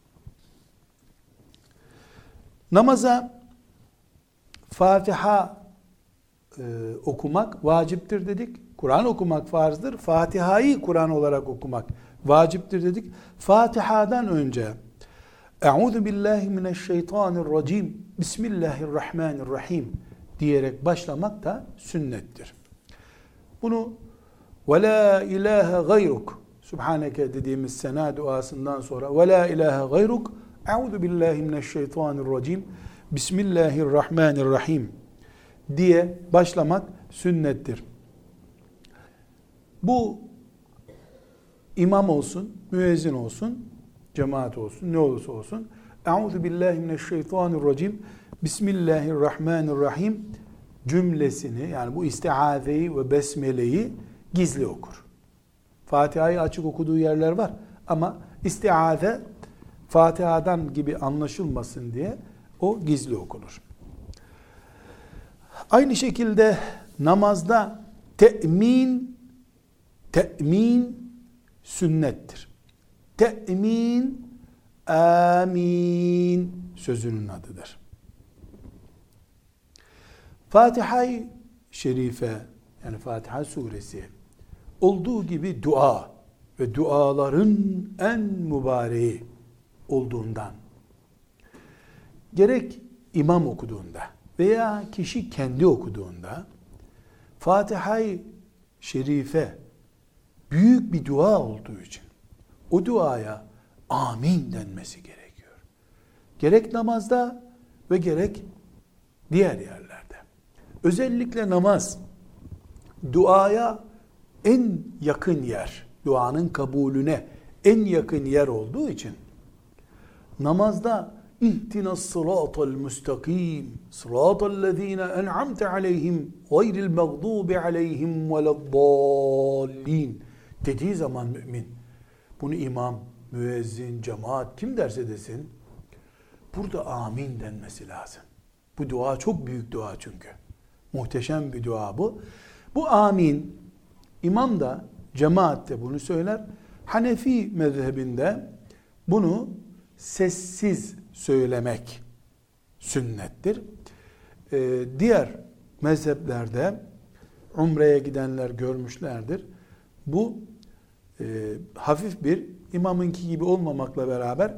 Namaza Fatiha e, okumak vaciptir dedik. Kur'an okumak farzdır. Fatiha'yı Kur'an olarak okumak vaciptir dedik. Fatiha'dan önce Euzu billahi mineşşeytanirracim Bismillahirrahmanirrahim diyerek başlamak da sünnettir. Bunu ve la ilahe gayruk Subhaneke dediğimiz sena duasından sonra ve la ilahe gayruk Euzu billahi mineşşeytanirracim Bismillahirrahmanirrahim diye başlamak sünnettir. Bu imam olsun, müezzin olsun, cemaat olsun, ne olursa olsun. Euzu billahi mineşşeytanirracim Bismillahirrahmanirrahim cümlesini, yani bu istiazeyi ve besmeleyi gizli okur. Fatiha'yı açık okuduğu yerler var ama istiaze Fatiha'dan gibi anlaşılmasın diye o gizli okunur. Aynı şekilde namazda te'min te'min sünnettir. Te'min amin sözünün adıdır. Fatiha-i Şerife, yani Fatiha suresi olduğu gibi dua ve duaların en mübareği olduğundan, gerek imam okuduğunda veya kişi kendi okuduğunda Fatiha-i Şerife büyük bir dua olduğu için o duaya amin denmesi gerekiyor. Gerek namazda ve gerek diğer yerlerde. Özellikle namaz duaya en yakın yer, duanın kabulüne en yakın yer olduğu için namazda ihtinas sıratal müstakim sıratallezine en'amte aleyhim gayril mağdubi aleyhim veleddallin dediği zaman mümin, bunu imam, müezzin, cemaat kim derse desin, burada amin denmesi lazım. Bu dua çok büyük dua çünkü. Muhteşem bir dua bu. Bu amin, imam da cemaat de bunu söyler. Hanefi mezhebinde bunu sessiz söylemek sünnettir. Ee, diğer mezheplerde umreye gidenler görmüşlerdir. Bu e, hafif bir imamınki gibi olmamakla beraber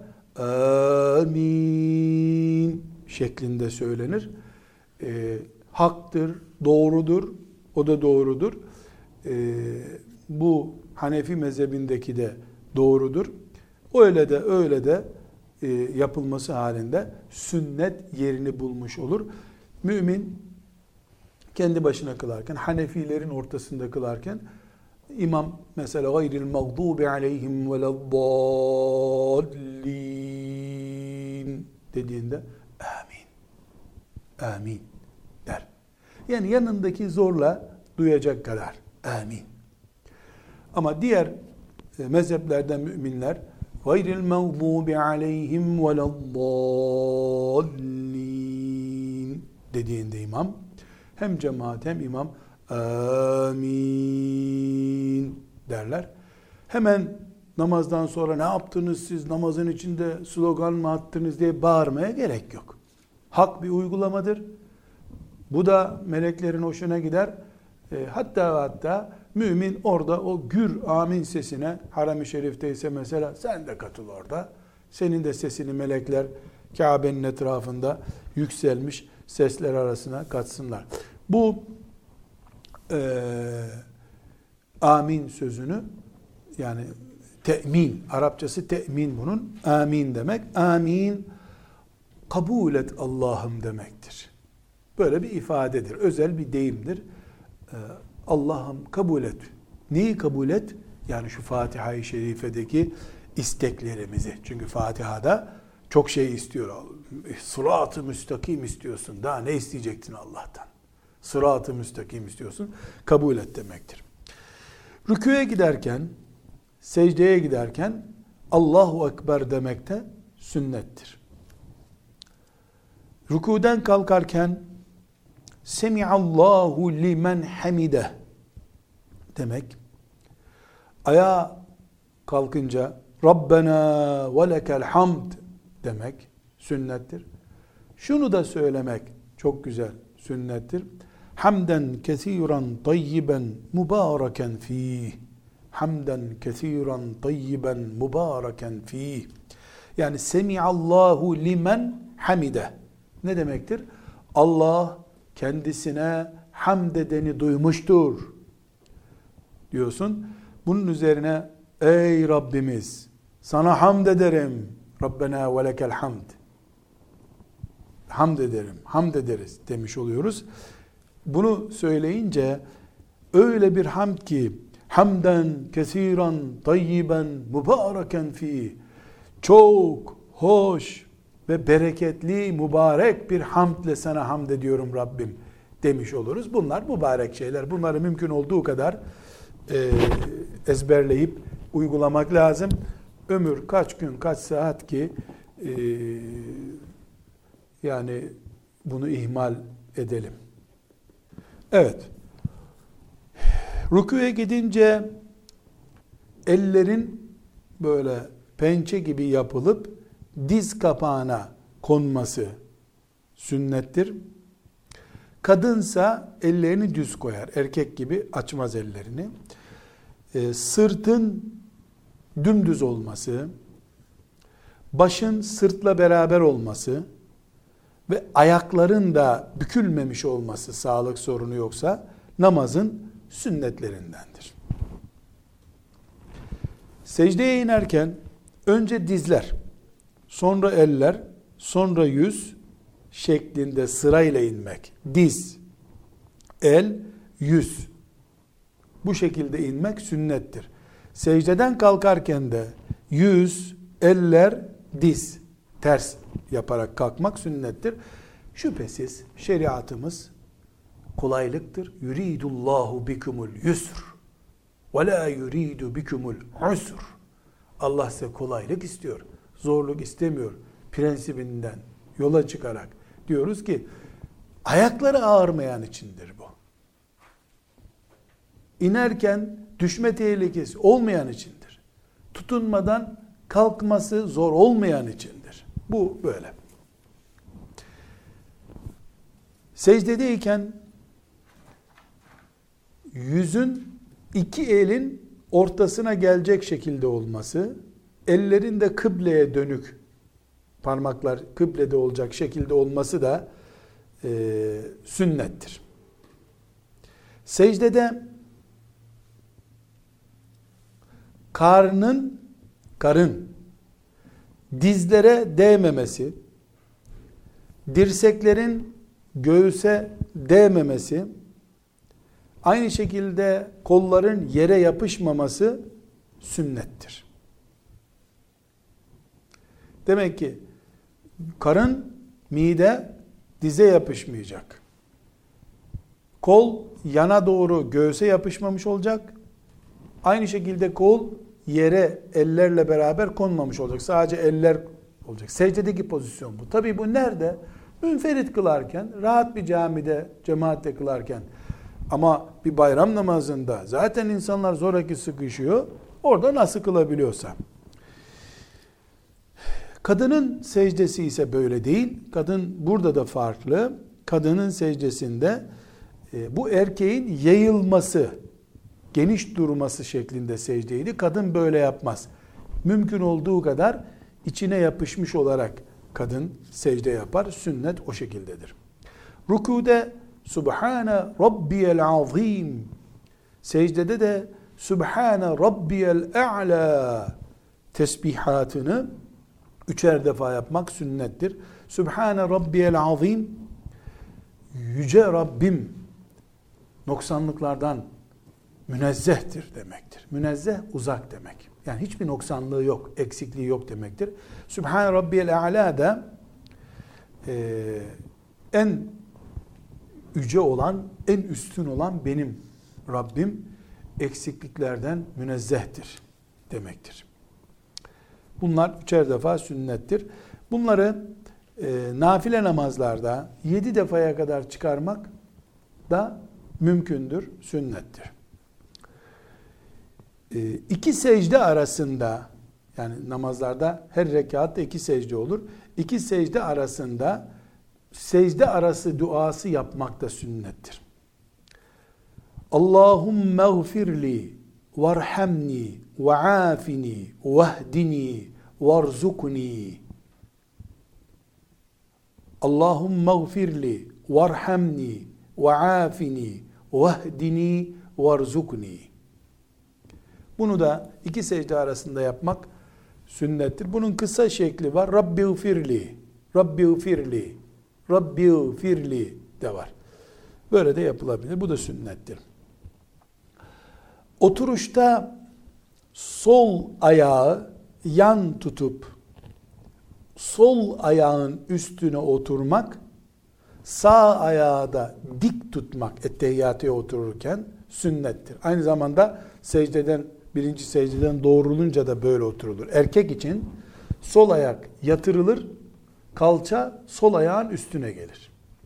amin şeklinde söylenir. E, haktır, doğrudur, o da doğrudur. E, bu Hanefi mezhebindeki de doğrudur. Öyle de öyle de e, yapılması halinde sünnet yerini bulmuş olur. Mümin kendi başına kılarken, Hanefilerin ortasında kılarken, İmam mesela gayril mağdubi aleyhim veleddallin dediğinde amin, amin der. Yani yanındaki zorla duyacak kadar amin. Ama diğer e, mezheplerden müminler gayril mağdubi aleyhim veleddallin dediğinde imam, hem cemaat hem imam amin derler. Hemen namazdan sonra ne yaptınız siz, namazın içinde slogan mı attınız diye bağırmaya gerek yok. Hak bir uygulamadır. Bu da meleklerin hoşuna gider. E, hatta hatta mümin orada o gür amin sesine, Haram-ı Şerif'teyse mesela sen de katıl orada. Senin de sesini melekler Kabe'nin etrafında yükselmiş sesler arasına katsınlar. Bu Ee, amin sözünü, yani te'min, Arapçası te'min bunun, amin demek. Amin, kabul et Allah'ım demektir. Böyle bir ifadedir. Özel bir deyimdir. Ee, Allah'ım kabul et. Neyi kabul et? Yani şu Fatiha-i Şerife'deki isteklerimizi. Çünkü Fatiha'da çok şey istiyor. Sırat-ı müstakim istiyorsun. Daha ne isteyecektin Allah'tan? Sırat-ı müstakim istiyorsun. Kabul et demektir. Rükûya giderken, secdeye giderken Allahu Ekber demek de sünnettir. Rükûden kalkarken Semiallahu limen hamide demek. Ayağa kalkınca Rabbena ve lekel hamd demek sünnettir. Şunu da söylemek çok güzel sünnettir. Hamden kesiran tayyiben mübareken fih. Hamden kesiran tayyiben mübareken fih. Yani Semiallahu limen hamide. Ne demektir? Allah kendisine hamd edeni duymuştur diyorsun. Bunun üzerine ey Rabbimiz sana hamd ederim. Rabbena ve lekel hamd. Hamd ederim, hamd ederiz demiş oluyoruz. Bunu söyleyince öyle bir hamd ki hamden kesiran tayyiben mübareken fi, çok hoş ve bereketli, mübarek bir hamdle sana hamd ediyorum Rabbim demiş oluruz. Bunlar mübarek şeyler. Bunları mümkün olduğu kadar e, ezberleyip uygulamak lazım. Ömür kaç gün, kaç saat ki e, yani bunu ihmal edelim. Evet. Rükûya gidince ellerin böyle pençe gibi yapılıp diz kapağına konması sünnettir. Kadınsa ellerini düz koyar. Erkek gibi açmaz ellerini. Ee, sırtın dümdüz olması, başın sırtla beraber olması ve ayakların da bükülmemiş olması, sağlık sorunu yoksa namazın sünnetlerindendir. Secdeye inerken önce dizler, sonra eller, sonra yüz şeklinde sırayla inmek. Diz, el, yüz. Bu şekilde inmek sünnettir. Secdeden kalkarken de yüz, eller, diz ters yaparak kalkmak sünnettir. Şüphesiz şeriatımız kolaylıktır. Yuridullahu bikumul yusr ve la yuridu bikumul usr. Allah size kolaylık istiyor. Zorluk istemiyor. Prensibinden yola çıkarak diyoruz ki ayakları ağrımayan içindir bu. İnerken düşme tehlikesi olmayan içindir. Tutunmadan kalkması zor olmayan içindir. Bu böyle. Secdedeyken yüzün iki elin ortasına gelecek şekilde olması, ellerin de kıbleye dönük, parmaklar kıblede olacak şekilde olması da e, sünnettir. Secdede karnın, karın dizlere değmemesi, dirseklerin göğüse değmemesi, aynı şekilde kolların yere yapışmaması sünnettir. Demek ki karın, mide dize yapışmayacak. Kol yana doğru göğüse yapışmamış olacak. Aynı şekilde kol yere ellerle beraber konmamış olacak. Sadece eller olacak. Secdedeki pozisyon bu. Tabii bu nerede? Münferit kılarken, rahat bir camide, cemaatle kılarken, ama bir bayram namazında zaten insanlar zoraki sıkışıyor. Orada nasıl kılabiliyorsa. Kadının secdesi ise böyle değil. Kadın burada da farklı. Kadının secdesinde e, bu erkeğin yayılması, geniş durması şeklinde secdeydi. Kadın böyle yapmaz. Mümkün olduğu kadar içine yapışmış olarak kadın secde yapar. Sünnet o şekildedir. Rükûde Subhane Rabbiyel Azim. Secdede de Subhane Rabbiyel A'la tesbihatını üçer defa yapmak sünnettir. Subhane Rabbiyel Azim Yüce Rabbim noksanlıklardan münezzehtir demektir. Münezzeh uzak demek. Yani hiçbir noksanlığı yok, eksikliği yok demektir. Sübhane Rabbiyel A'la da e, en yüce olan, en üstün olan benim Rabbim eksikliklerden münezzehtir demektir. Bunlar üçer defa sünnettir. Bunları e, nafile namazlarda yedi defaya kadar çıkarmak da mümkündür, sünnettir. E, iki secde arasında, yani namazlarda her rekatta iki secde olur. İki secde arasında secde arası duası yapmak da sünnettir. Allahümme gfirli varhamni ve afini vehdini varzukni. Allahümme gfirli varhamni ve afini vehdini varzukni. Bunu da iki secde arasında yapmak sünnettir. Bunun kısa şekli var. Rabbi gfirli, Rabbi gfirli, Rabbi gfirli de var. Böyle de yapılabilir. Bu da sünnettir. Oturuşta sol ayağı yan tutup sol ayağın üstüne oturmak, sağ ayağı da dik tutmak ettehiyyatüye otururken sünnettir. Aynı zamanda secdeden, birinci secdeden doğrulunca da böyle oturulur. Erkek için sol ayak yatırılır, kalça sol ayağın üstüne gelir.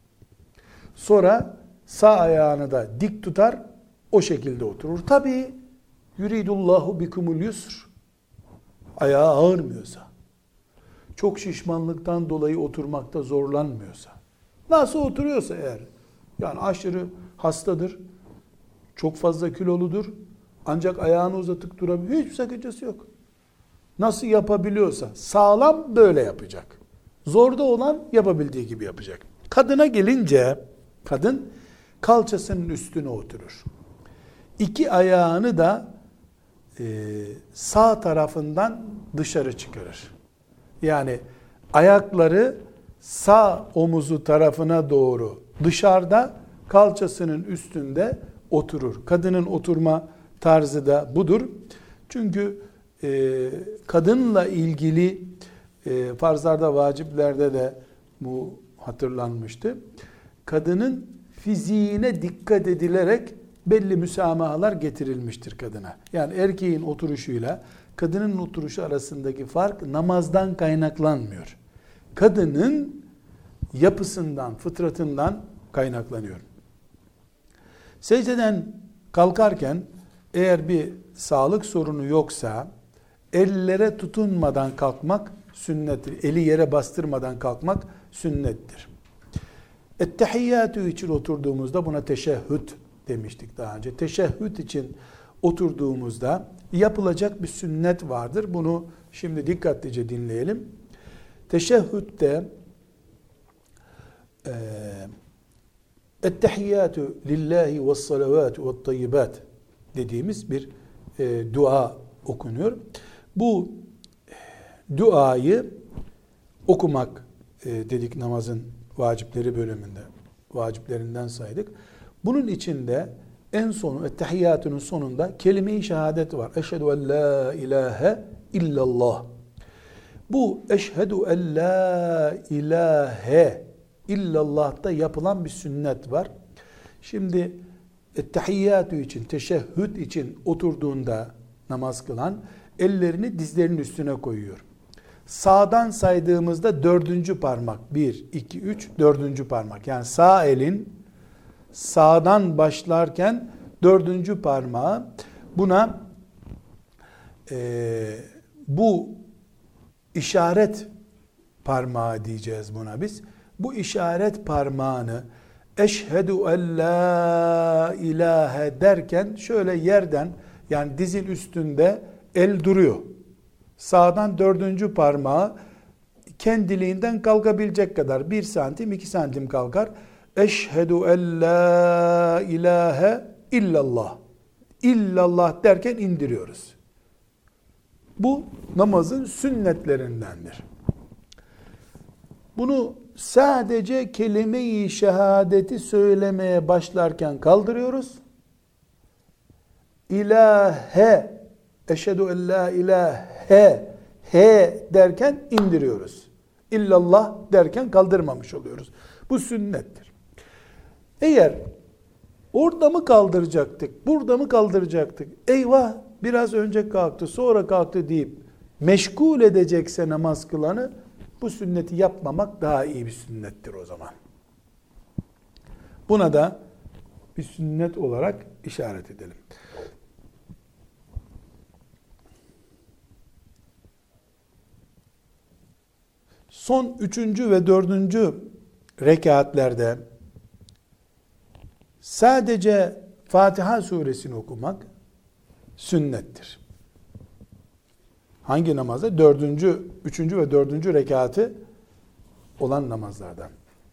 Sonra sağ ayağını da dik tutar, o şekilde oturur. Tabii yuridullahu bikumul yusr. Ayağı ağırmıyorsa, çok şişmanlıktan dolayı oturmakta zorlanmıyorsa, nasıl oturuyorsa eğer, yani aşırı hastadır, çok fazla kiloludur, ancak ayağını uzatıp durabilir, hiçbir sakıncası yok. Nasıl yapabiliyorsa sağlam böyle yapacak. Zorda olan yapabildiği gibi yapacak. Kadına gelince, kadın kalçasının üstüne oturur. İki ayağını da e, sağ tarafından dışarı çıkarır. Yani ayakları sağ omuzu tarafına doğru dışarıda, kalçasının üstünde oturur. Kadının oturma tarzı da budur. Çünkü e, kadınla ilgili e, farzlarda, vaciplerde de bu hatırlanmıştı. Kadının fiziğine dikkat edilerek belli müsamahalar getirilmiştir kadına. Yani erkeğin oturuşuyla kadının oturuşu arasındaki fark namazdan kaynaklanmıyor. Kadının yapısından, fıtratından kaynaklanıyor. Secdeden kalkarken eğer bir sağlık sorunu yoksa ellere tutunmadan kalkmak sünnettir. Eli yere bastırmadan kalkmak sünnettir. Ettehiyyatü için oturduğumuzda buna teşehhüd demiştik daha önce. Teşehhüd için oturduğumuzda yapılacak bir sünnet vardır. Bunu şimdi dikkatlice dinleyelim. Teşehhüdde ettehiyyatü lillahi ve salavatü ve tayyibat dediğimiz bir e, dua okunuyor. Bu duayı okumak e, dedik namazın vacipleri bölümünde. Vaciplerinden saydık. Bunun içinde en sonu, ettehiyyatının sonunda kelime-i şehadet var. Eşhedü en la ilahe illallah. Bu eşhedü en la ilahe illallah'ta yapılan bir sünnet var. Şimdi ettehiyyatü için, teşehhüd için oturduğunda namaz kılan ellerini dizlerinin üstüne koyuyor. Sağdan saydığımızda dördüncü parmak, bir, iki, üç, dördüncü parmak. Yani sağ elin sağdan başlarken dördüncü parmağı, buna e, bu işaret parmağı diyeceğiz buna biz. Bu işaret parmağını eşhedü en la ilahe derken şöyle yerden, yani dizin üstünde el duruyor. Sağdan dördüncü parmağı kendiliğinden kalkabilecek kadar bir santim, iki santim kalkar. Eşhedü en la ilahe illallah. İllallah derken indiriyoruz. Bu namazın sünnetlerindendir. Bunu sadece kelime-i şehadeti söylemeye başlarken kaldırıyoruz. İlahe, eşhedü en la ilahe, he derken indiriyoruz. İllallah derken kaldırmamış oluyoruz. Bu sünnettir. Eğer orada mı kaldıracaktık, burada mı kaldıracaktık, eyvah biraz önce kalktı, sonra kalktı deyip meşgul edecekse namaz kılanı, bu sünneti yapmamak daha iyi bir sünnettir o zaman. Buna da bir sünnet olarak işaret edelim. Son üçüncü ve dördüncü rekatlerde sadece Fatiha suresini okumak sünnettir. Hangi namazda? Dördüncü, üçüncü ve dördüncü rekatı olan namazlardan.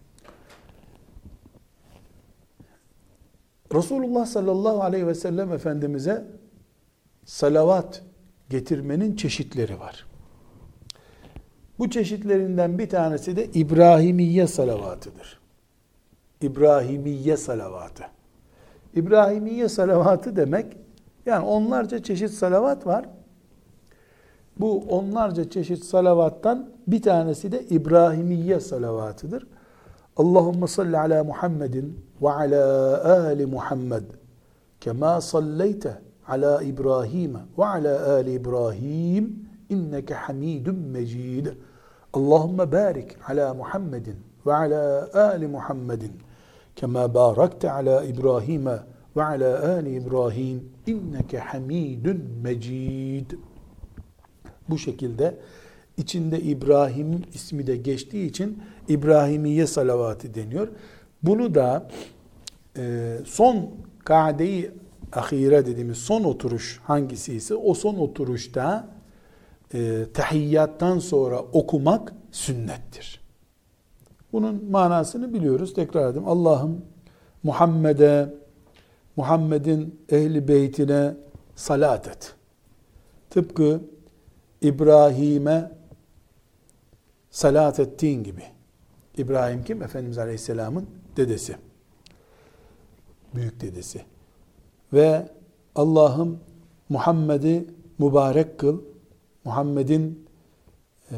Resulullah sallallahu aleyhi ve sellem Efendimiz'e salavat getirmenin çeşitleri var. Bu çeşitlerinden bir tanesi de İbrahimiye salavatıdır. İbrahimiye salavatı. İbrahimiye salavatı demek, yani onlarca çeşit salavat var. Bu onlarca çeşit salavattan bir tanesi de İbrahimiye salavatıdır. Allahümme salli ala Muhammedin ve ala ali Muhammed kema salleyte ala İbrahim ve ala ali İbrahim inneke hamidun mecid. Allahümme barik ala Muhammedin ve ala ali Muhammedin kema barakte ala İbrahim ve ala ali İbrahim inneke hamidun mecid. Bu şekilde içinde İbrahim ismi de geçtiği için İbrahimiye salavatı deniyor. Bunu da e, son kade-i ahire dediğimiz son oturuş hangisi ise o son oturuşta e, tahiyyattan sonra okumak sünnettir. Bunun manasını biliyoruz. Tekrar edeyim. Allah'ım Muhammed'e, Muhammed'in ehli beytine salat et. Tıpkı İbrahim'e salat ettiğin gibi. İbrahim kim? Efendimiz Aleyhisselam'ın dedesi. Büyük dedesi. Ve Allah'ım Muhammed'i mübarek kıl. Muhammed'in e,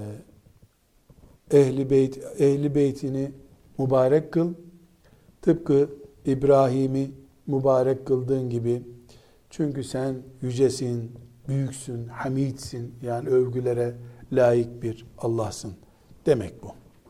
ehli beyt ehli beytini mübarek kıl. Tıpkı İbrahim'i mübarek kıldığın gibi. Çünkü sen yücesin, büyüksün, hamidsin, yani övgülere layık bir Allah'sın demek bu.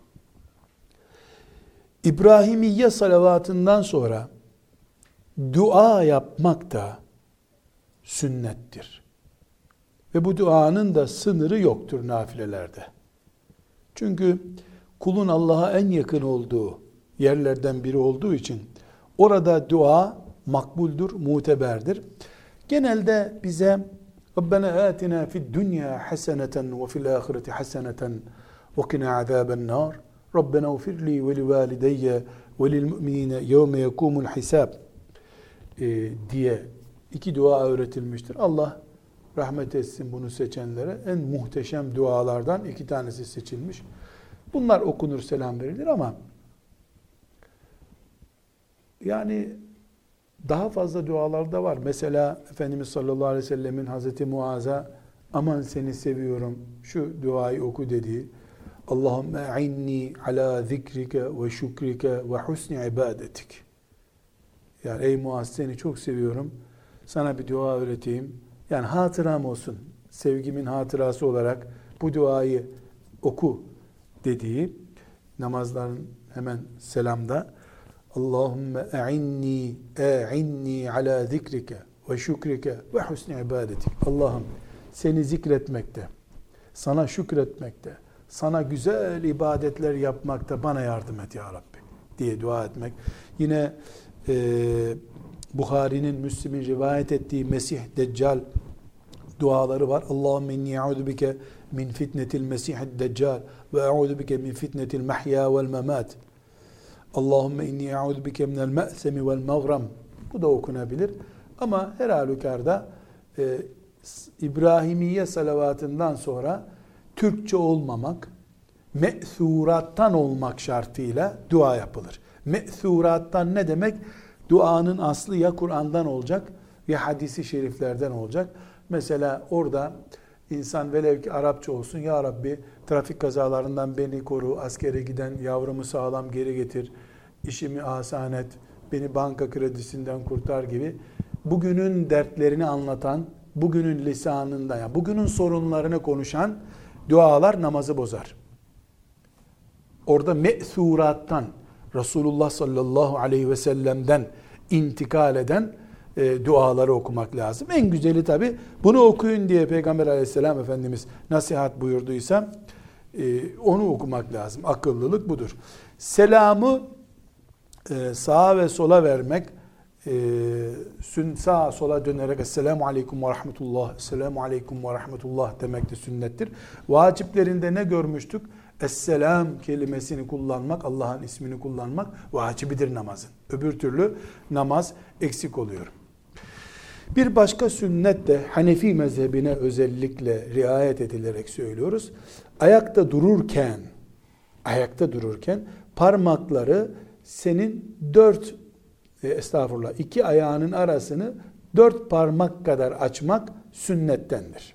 İbrahimiye salavatından sonra dua yapmak da sünnettir. Ve bu duanın da sınırı yoktur nafilelerde. Çünkü kulun Allah'a en yakın olduğu yerlerden biri olduğu için orada dua makbuldür, muteberdir. Genelde bize Rabbena atina fid dunya haseneten ve fil ahireti haseneten ve qina azaben nar. Rabbena ufirli ve li valideyye ve lil mu'minine yevme yekumul hisab diye iki dua öğretilmiştir. Allah rahmet etsin bunu seçenlere. En muhteşem dualardan iki tanesi seçilmiş. Bunlar okunur, selam verilir ama yani daha fazla dualar da var. Mesela Efendimiz sallallahu aleyhi ve sellemin Hazreti Muaz'a aman seni seviyorum şu duayı oku dediği Allahümme a'inni ala zikrike ve şükrike ve husni ibadetik. Yani ey Muaz seni çok seviyorum. Sana bir dua öğreteyim. Yani hatıram olsun. Sevgimin hatırası olarak bu duayı oku dediği namazların hemen selamda Allahümme a'inni a'inni ala zikrike ve şükrike ve husni ibadetik. Allah'ım seni zikretmekte, sana şükretmekte, sana güzel ibadetler yapmakta bana yardım et ya Rabbi diye dua etmek. Yine e, Buhari'nin, Müslim'in rivayet ettiği Mesih Deccal duaları var. Allahümme inni e'udu bike min fitnetil Mesihid Deccal ve e'udu bike min fitnetil mahya vel memat. Allahümme inni e'udu bike minel me'semi vel mağram. Bu da okunabilir. Ama her halükarda e, İbrahimiye salavatından sonra Türkçe olmamak, me'surattan olmak şartıyla dua yapılır. Me'surattan ne demek? Duanın aslı ya Kur'an'dan olacak ya hadisi şeriflerden olacak. Mesela orada insan velev ki Arapça olsun, ya Rabbi trafik kazalarından beni koru, askere giden yavrumu sağlam geri getir, işimi asan et, beni banka kredisinden kurtar gibi bugünün dertlerini anlatan, bugünün lisanında, yani bugünün sorunlarını konuşan dualar namazı bozar. Orada me'surattan, Resulullah sallallahu aleyhi ve sellem'den intikal eden e, duaları okumak lazım. En güzeli tabi bunu okuyun diye Peygamber aleyhisselam Efendimiz nasihat buyurduysa e, onu okumak lazım. Akıllılık budur. Selamı e, sağa ve sola vermek, e, sağa sola dönerek Esselamu Aleyküm ve Rahmetullah, Esselamu Aleyküm ve Rahmetullah demek de sünnettir. Vaciplerinde ne görmüştük? Esselam kelimesini kullanmak, Allah'ın ismini kullanmak vacibidir namazın. Öbür türlü namaz eksik oluyor. Bir başka sünnet de Hanefi mezhebine özellikle riayet edilerek söylüyoruz. Ayakta dururken, ayakta dururken parmakları senin dört, e, estağfurullah, iki ayağının arasını dört parmak kadar açmak sünnettendir.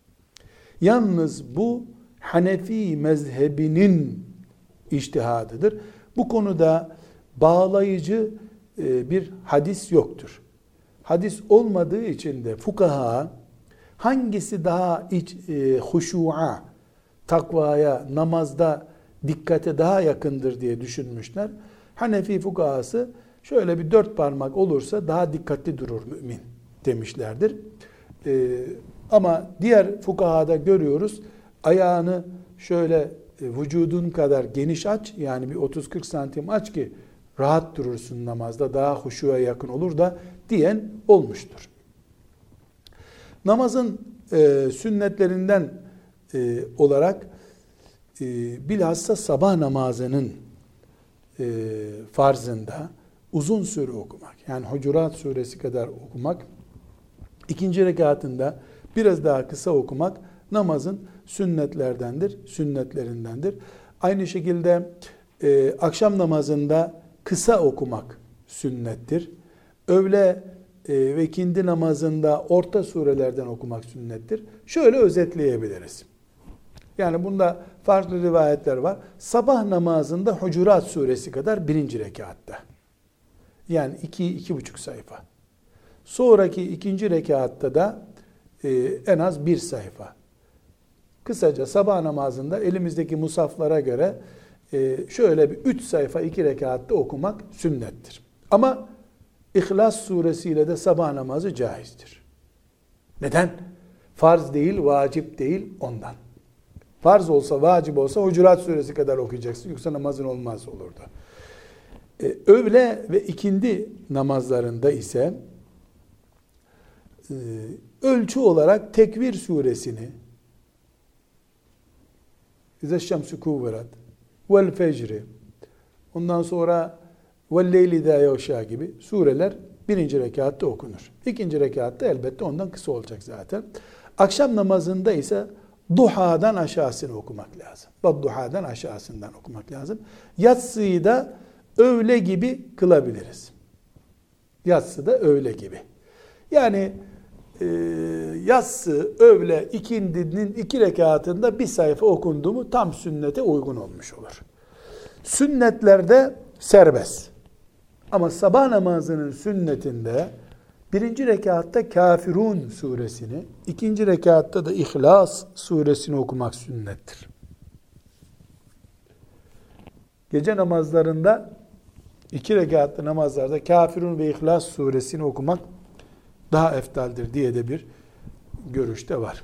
Yalnız bu Hanefi mezhebinin içtihadıdır. Bu konuda bağlayıcı e, bir hadis yoktur. Hadis olmadığı için de fukaha hangisi daha iç, e, huşu'a, takvaya, namazda dikkate daha yakındır diye düşünmüşler. Hanefi fukahası şöyle bir dört parmak olursa daha dikkatli durur mümin demişlerdir. E, ama diğer fukahada görüyoruz, ayağını şöyle e, vücudun kadar geniş aç, yani bir otuz kırk santim aç ki rahat durursun namazda, daha huşuya yakın olur da diyen olmuştur. Namazın e, sünnetlerinden e, olarak e, bilhassa sabah namazının e, farzında uzun süre okumak, yani Hucurat suresi kadar okumak, ikinci rekatında biraz daha kısa okumak namazın sünnetlerdendir, sünnetlerindendir. Aynı şekilde e, akşam namazında kısa okumak sünnettir. Öğle e, ve ikindi namazında orta surelerden okumak sünnettir. Şöyle özetleyebiliriz. Yani bunda farklı rivayetler var. Sabah namazında Hucurat suresi kadar birinci rekatta. Yani iki, iki buçuk sayfa. Sonraki ikinci rekatta da e, en az bir sayfa. Kısaca sabah namazında elimizdeki musaflara göre e, şöyle bir üç sayfa iki rekatta okumak sünnettir. Ama İhlas suresiyle de sabah namazı caizdir. Neden? Farz değil, vacip değil ondan. Farz olsa, vacip olsa Hucurat suresi kadar okuyacaksın. Yoksa namazın olmaz olurdu. Ee, öğle ve ikindi namazlarında ise e, ölçü olarak Tekvir suresini, İzeşşemsü kuvverat, vel fecri, ondan sonra vel leyli idâ yağşâ gibi sureler birinci rekatta okunur. İkinci rekatta elbette ondan kısa olacak zaten. Akşam namazında ise duhadan aşağısını okumak lazım. Duhadan aşağısından okumak lazım. Yatsıyı da öğle gibi kılabiliriz. Yatsı da öğle gibi. Yani e, yatsı, öğle, ikindinin iki rekatında bir sayfa okundu mu tam sünnete uygun olmuş olur. Sünnetlerde serbest. Ama sabah namazının sünnetinde birinci rekatta Kafirun suresini, ikinci rekatta da İhlas suresini okumak sünnettir. Gece namazlarında, iki rekatlı namazlarda Kafirun ve İhlas suresini okumak daha eftaldir diye de bir görüşte var.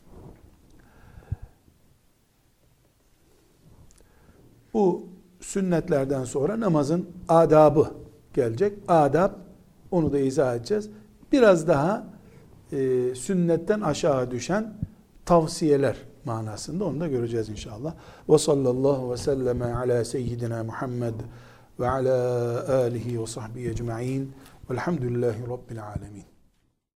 Bu sünnetlerden sonra namazın adabı gelecek. Adab, onu da izah edeceğiz. Biraz daha e, sünnetten aşağı düşen tavsiyeler manasında, onu da göreceğiz inşallah. Ve sallallahu ve selleme ala seyyidina Muhammed ve ala alihi ve sahbihi ecma'in velhamdülillahi rabbil alemin.